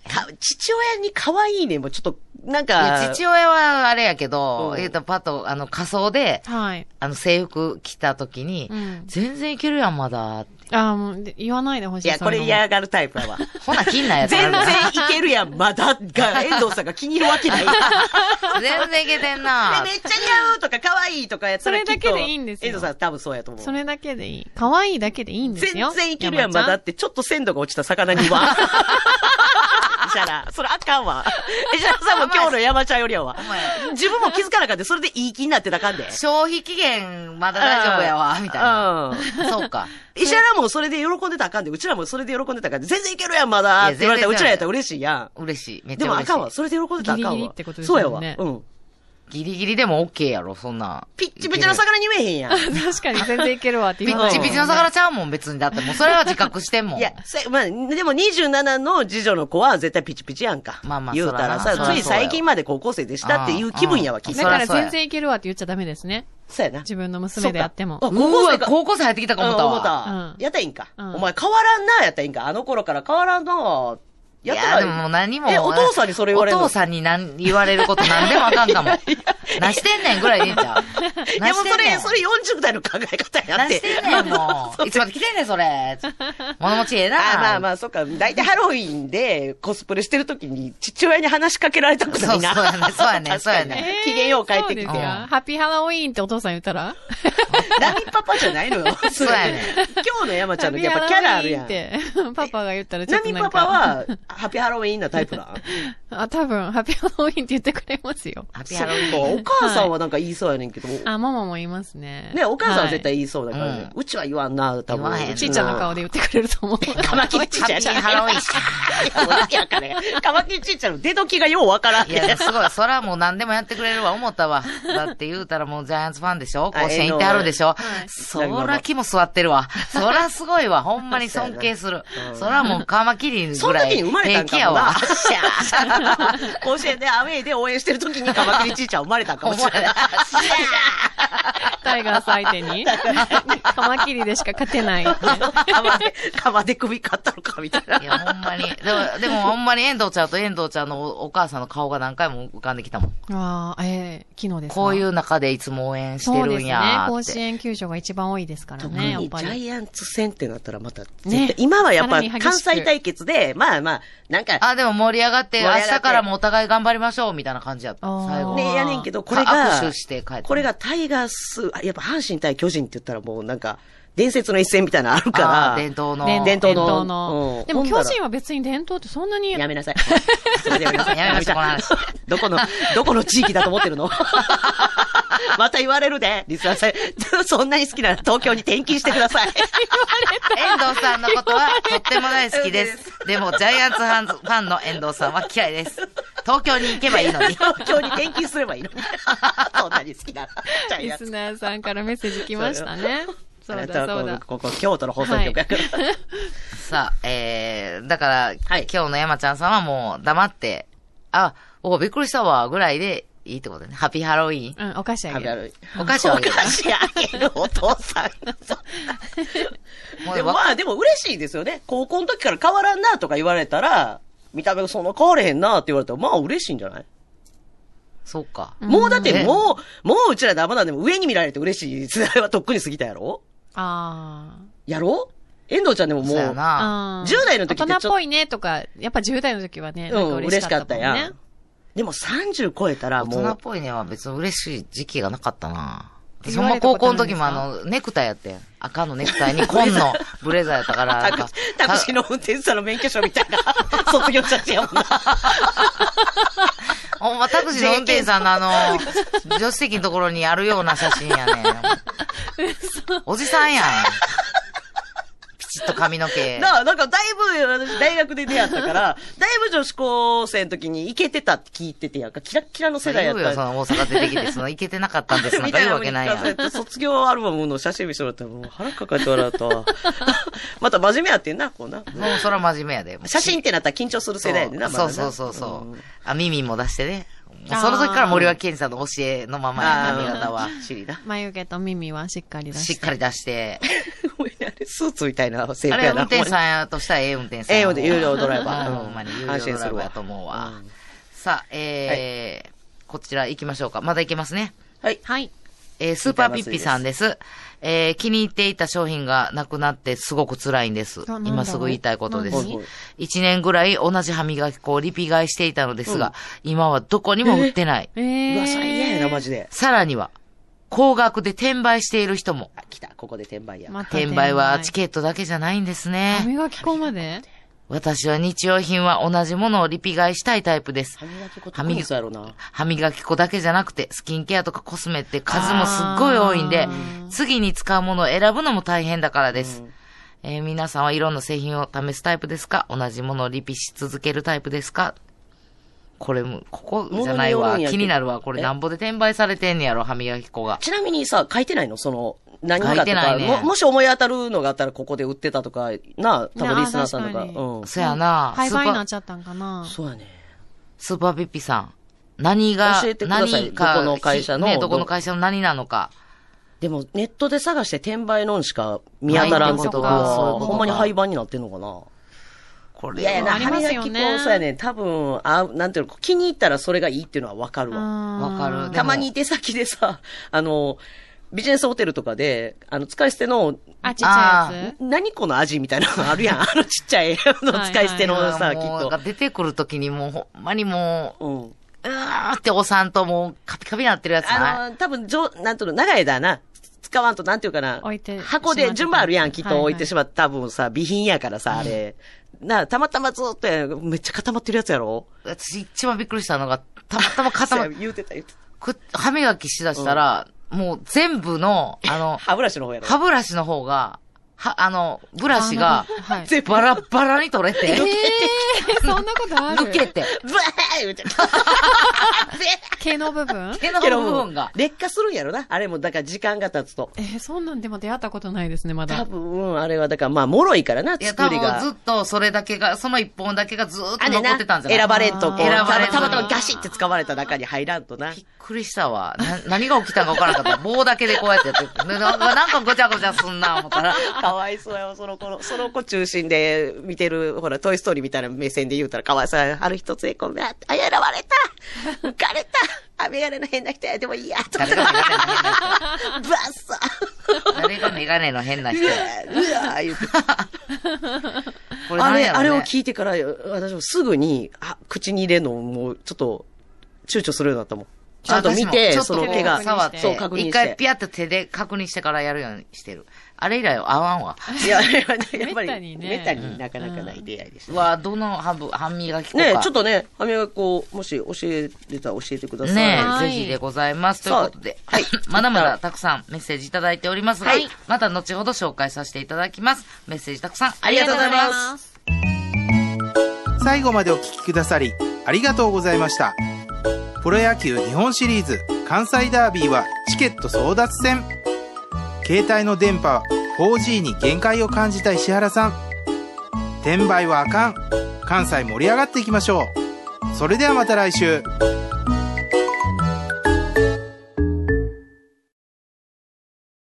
C: か父親に可愛いね、もうちょっと、なん
D: いや
C: か。
D: 父親はあれやけど、
C: うん
D: えっと、パッと、あの、仮装で、
A: はい。
D: あの、制服着た時に、
A: うん
D: 全然いけるやん、まだ。
A: ああ、もう、で言わないでほしい。
C: いや、これ
A: そういうのも
C: 嫌がるタイプやわ。
D: ほな、金なんやつあ
C: 全
D: る
C: 然いけるやん、まだが、遠藤さんが気に入るわけない。めっ
D: 全然いけてんな。
C: ちゃ似合うとか可愛いとかやったらきっと
A: それだけでいいんですよ
C: 遠藤さん多分そうやと思う。
A: それだけでいい。可愛いだけでいいんですよ。
C: 全然いけるやん、
A: 山ちゃ
C: まだって、ちょっと鮮度が落ちた魚には。石原、それあかんわ。石原さんも今日の山ちゃんよりやわ
D: お前。
C: 自分も気づかなかった。それでいい気になってたらあかんで。
D: 消費期限まだ大丈夫やわ、みたいな。
C: うん。
D: そうか。
C: 石原もそれで喜んでたらあかんで、うちらもそれで喜んでたから、全然いけるやん、まだって言われたら、
D: いや全然
C: うちらやったら嬉しいやん。
D: 嬉しい。めっち
C: で
D: ゃ嬉しい。
C: もあかんわ。それで喜んでたらあかんわ。
A: ギリギリってことです
C: そう
A: よね
C: やわ。うん。
D: ギリギリでも OK やろ、そんな。
C: ピッチピチの魚に言えへんやん。
A: 確かに全然いけるわって
D: ピ
A: 言わない。
D: ッチピチの魚ちゃうもん、別に。だってもうそれは自覚してんもん。
C: いや、せまあ、でもにじゅうななの次女の子は絶対ピチピチやんか。
D: まあまあ
C: 言うたらさ、
D: そらな
C: つい最近まで高校生でしたっていう気分やわ、
D: うん
C: きっと
A: だから
D: そりゃそうや
A: 全然いけるわって言っちゃダメですね。
C: そうやな。
A: 自分の娘であっても。
C: そうかあ
D: 高校生
C: 高校生か
D: 高校生入ってきたか思ったわ。
C: 思った。
A: うん
C: やったらいいんか。
A: うん
C: お前変わらんな、やったらいいんか。あの頃から変わらんな。
D: いや、
C: やったら
D: でももう何も。
C: え、お父さんにそれ言われるの
D: お父さんに何言われること何でもあかんかも。なしてんねんぐらいでいいんちゃう
C: いやもうそれ、それよんじゅう代の考え方や
D: な
C: って。
D: してんねん、もう。いつまで来てんねん、それ。物持ちええな。
C: あまあまあ、そっか。大体ハロウィンでコスプレしてる時に父親に話しかけられたくないな。
D: そうそうやねそうやね
C: 確かに
D: そうやね
C: 機嫌よう帰ってきて。
A: そうですか
D: うん
A: ハッピーハロウィーンってお父さん言ったら
C: ナミパパじゃないのよ。
D: そうやね
C: 今日の山ちゃんのやっぱキャラあるやん。
A: ハッピーハロウィーンって、パパが言ったらちょ
C: ナミパ
A: っとなんか。
C: パは、ハッピーハロウィーンなタイプな
A: あ、多分、ハッピーハロウィーンって言ってくれますよ。
D: ハッピーハロウィ
C: そう
D: ーン。
C: お母さんはなんか言いそうやねんけど。
A: あ、ママも言いますね。
C: ね、お母さんは絶対
A: い。
C: 言いそうだからね。
D: う
C: うちは言わんな、多分。
D: 言わへん
A: ちっちゃな顔で言ってくれると思う。
C: カマキリちっちゃい。
D: ハッピーハロウィーン
C: もうわけわかれへんカマキリちっちゃいの出時がようわからん。
D: いや、すごい。そらもう何でもやってくれるわ、思ったわ。だって言うたらもうジャイアンツファンでしょ甲子園行ってはるでしょそら気も座ってるわ。そらすごいわ。ほんまに尊敬する。そらもうカマキリ
C: そ
D: ぐらい
C: の時に生まれた
D: 平気やわ
C: んかもな。。甲子園でアウェイで応援してる時にカマキリちっちゃん生まれたんかもしれない。
A: タイガース相手に。カマキリでしか勝てない。
C: 釜で、釜で首買ったのか、みたいな。
D: いや、ほんまに。でも、でもほんまに遠藤ちゃんと遠藤ちゃんのおお母さんの顔が何回も浮かんできたもん。
A: ああ、ええ昨日ですか。
D: こういう中でいつも応援して
A: そうですね。
D: るんやー
A: 甲子
D: って。
A: 園球場が一番多いですから
C: 特
A: ね、やっ
C: にジ
A: ぱり。
C: ャイアンツ戦ってなったらまた、絶対
A: ね
C: 今はやっぱ
A: さらに激しく
C: 関西対決で、まあまあ、なんか、
D: あ、でも盛り上がって、明
C: 盛り上がって
D: 日からもお互い頑張りましょう、みたいな感じやった。
A: あー
D: 最後。
C: ね、やねんけど、これ
D: 握
C: が
D: 手して帰って、
C: これがタイガース、あやっぱ阪神対巨人って言ったらもうなんか、伝説の一戦みたいなのあるか
D: あー
C: ら、
D: 伝統の。
A: 伝
C: 伝統の
A: 統の
C: うん
A: でも
C: ほんなら
A: 巨人は別に伝統ってそんなに。
C: やめなさい。それでやめなさい。
D: やめましょうこの話
C: どこの、どこの地域だと思ってるのまた言われるで、リスナーさん。そんなに好きなら東京に転勤してください。
D: 遠藤さんのことはとっても大好きです。でも、ジャイアンツファンファンの遠藤さんは嫌いです。東京に行けばいいのに。
C: 東京に転勤すればいいのに。そんなに好きなら。ジャイアンツ
A: リスナーさんからメッセージ来ましたね。そう
C: あなたは
A: だそうだ。
C: ここ、京都の放送局やから。
D: さあ、えー、だから、
C: はい
D: 今日の山ちゃんさんはもう黙って、あ、おびっくりしたわ、ぐらいでいいってことね。ハッピーハロウィーン。
A: うん、お菓子あげる。
D: お菓子をあげる
C: お菓子あげるお父さん。
D: もう
C: でもまあ、でも嬉しいですよね。高校の時から変わらんなとか言われたら、見た目がそんな変われへんなって言われたら、まあ嬉しいんじゃない、
D: そうか。
C: もうだって
D: ね
C: もう、もううちらダメなんでも上に見られて嬉しい世代はとっくに過ぎたやろ
A: あ
C: やろ遠藤ちゃんでももう、
D: そうや
A: あ。
D: な。
A: うん
C: じゅう代の時ってちょ
A: 大人っぽいねとか、やっぱじゅう代の時はね、なんか
C: うん、
A: 嬉
C: 嬉しか
A: しかっもんね。
C: ったたやん。でもさんじゅう超えたら
D: 大人っ
C: もう、
D: ぽいねは別に嬉しい時期がなかったな。
A: 言
D: そんま
A: われたこと
D: 高校の時もあ
A: ないです
D: の、ネクタイやってん。赤のネクタイに紺のブレザーやったから、なんか
C: タクタクシーの運転手さんの免許証みたいな、卒業写真やもんな。
D: ほんまタクシーの運転手さんのあの、助手席のところにあるような写真やねん。おじさんやん。ピチッと髪の毛。
C: なあ、なんかだいぶ、私大学で出会ったから、だいぶ女子高生の時にイケてたって聞いててやんか、キラッキラの世代やった
D: 言うよ、その大阪出てきて、その、いけてなかったんですなんか言うわけないやん。
C: 卒業アルバムの写真見せてもらったらもう腹抱えて笑うと。また真面目やってんな、こうな。
D: もうそら真面目やで。
C: 写真ってなったら緊張する世代やでな、まだな
D: そうそうそうそう。
C: ん
D: あ、耳も出してね。もうその時から森脇健児さんの教えのままや、
C: あー
D: 髪型は。
C: シリな。
A: 眉毛と耳はしっかり出して。
D: しっかり出して。
C: ごめんね、あれスーツみたいな制
D: あ
C: 服やな。
D: れ運転手さんやとしたらええ運転手さん。
C: ええ運転、有料ドライ
D: うん
C: バー。
D: ほんまに有料ドライバーやと思うわ。
C: うん
D: さあ、えー、こちら行きましょうか。まだ行けますね。
C: はい。
A: はい。
D: えー、スーパーピッピさんです。えー、気に入っていた商品がなくなってすごく辛いんです。
A: あなんだろう
D: 今すぐ言いたいことです
C: 何。
D: 一年ぐらい同じ歯磨き粉をリピ買いしていたのですが、今はどこにも売ってない。
A: えー。
C: うわ、それ嫌やな、マジで。
D: さらには、高額で転売している人も。
C: あ、来た。ここで転売や。
A: また
D: 転売はチケットだけじゃないんです
A: 歯
D: ね。
A: 磨き粉まで
D: 私は日用品は同じものをリピ買いしたいタイプです。
C: 歯磨き粉って何そうやろな。
D: 歯磨き粉だけじゃなくて、スキンケアとかコスメって数もすっごい多いんで、次に使うものを選ぶのも大変だからです。
C: うん
D: えー皆さんはいろんな製品を試すタイプですか？同じものをリピし続けるタイプですか？これも、ここじゃないわ。
C: 物によるんやけど
D: 気になるわ。これなんぼで転売されてんねやろ、歯磨き粉が。
C: ちなみにさ、書いてないのその、何か
D: 書い
C: とか、
D: てないね
C: も、もし思い当たるのがあったらここで売ってたとか、な、多分リスナーさんとか。
A: なあ確か
C: うん。
D: そやな。
A: 廃売になっ
D: スーパー
A: ちゃったんかな。
C: そうやね。
D: スーパーピッピさん。何が、
C: 教えてください
D: 何か、
C: どこの会社の
D: ね、どこの会社の何なのか。
C: でも、ネットで探して転売のんしか見当たらんってこと
D: ないってことかそういう
C: は、
D: ことか
C: ほんまに廃盤になってんのかな。
D: これ
C: いやいやな、
A: あり
C: 歯磨き粉、
A: ますよね
C: そうやね。多分、あ、なんていうの、気に入ったらそれがいいっていうのはわかるわ。
D: わかる。でも
C: たまに出先でさ、あの、ビジネスホテルとかで、あの、使い捨ての、
A: あ、ちっちゃいやつ
C: 何この味みたいなのあるやん。あのちっちゃいの使い捨てのさ、きっと
D: もうなんか。出てくるときにもうほんまにもう、
C: うん。
D: うーっておさんともうカピカピになってるやつない
C: あの、多分、じょ、なんていうの、長い間な、使わんと、なんていうかな。
A: 置いて
C: 箱で順番あるやん、きっと置いてし
A: ま
C: まった。多分さ、備品やからさ、あれ。な、たまたまずっとや、めっちゃ固まってるやつやろ
D: 私一番びっくりしたのが、たまたま固まっ
C: そうや言うてた言うて
D: く歯磨きしだしたら、もう全部の、あの
C: た。、歯ブラシの方やろ
D: 歯ブラシの方が、は、あの、ブラシが、
A: はい。
C: 全部
D: バラッバラに取れて、
A: えー、そんなことある
D: 抜けて、
C: ブワー言うてた。
A: 毛の部分
D: 毛の
C: けど
D: 部分が。
C: 劣化するんやろな。あれも、だから時間が経つと。
A: えー、そんなんでも出会ったことないですね、ま
C: 多
A: だ。
C: 分、あれは、だからまあ、脆いからな、
D: いや、多
C: 作りが。
D: 分ずっとそれだけが、その一本だけがずーっと
C: あれな、
D: 残ってたんじゃない
C: 選ばれんと、こう、
D: 選ばれんと
C: たまたまガシって使われた中に入らんとな。
D: びっくりしたわ。な、何が起きたんか分からなかった。棒だけでこうやってやってる。ななんかごちゃごちゃすんな、思ったら。
C: かわいそうやわ、その子の、その子中心で見てる、ほら、トイストーリーみたいな目線で言うたらかわいそうや。ある一つへこめ、あ、選ばれた浮かれたあ、メガネの変な人や、でもいいや、とか。
D: 誰がメガネの変な
C: バッサ
D: 人誰がメガネの変な人や。
C: うわうわ言うて。
D: これ
C: あれ、
D: 何やろね
C: あれを聞いてから、私もすぐに、あ、口に入れるのをもう、ちょっと、躊躇するようになったもん。ちゃんと見て、
D: 私もちょっと
C: その毛が、
D: 触って、
C: そう、確認して。
D: 一回ピャって手で確認してからやるようにしてる。あれ以来合わんわ。
C: いや、あれはねやっぱり、
A: めったにね
C: めったになかなかない出会いでした。
D: うわ、どの歯ぶ、歯磨き粉か。
C: ねえ、ちょっとね、歯磨き粉、もし教えれたら教えてください。
D: ねえ、
A: はい
D: ぜひでございます。ということで、
C: はい
D: まだまだたくさんメッセージいただいておりますが、
C: はい
D: また後ほど紹介させていただきます。メッセージたくさんあ
C: あり
D: りがとう
C: がとうござい
D: ございま。
C: ます
B: 最後までお聞きくださりありがとうございました。プロ野球日本シリーズ関西ダービーはチケット争奪戦。携帯の電波 フォージー に限界を感じた石原さん、転売はあかん。関西盛り上がっていきましょう。それではまた来週。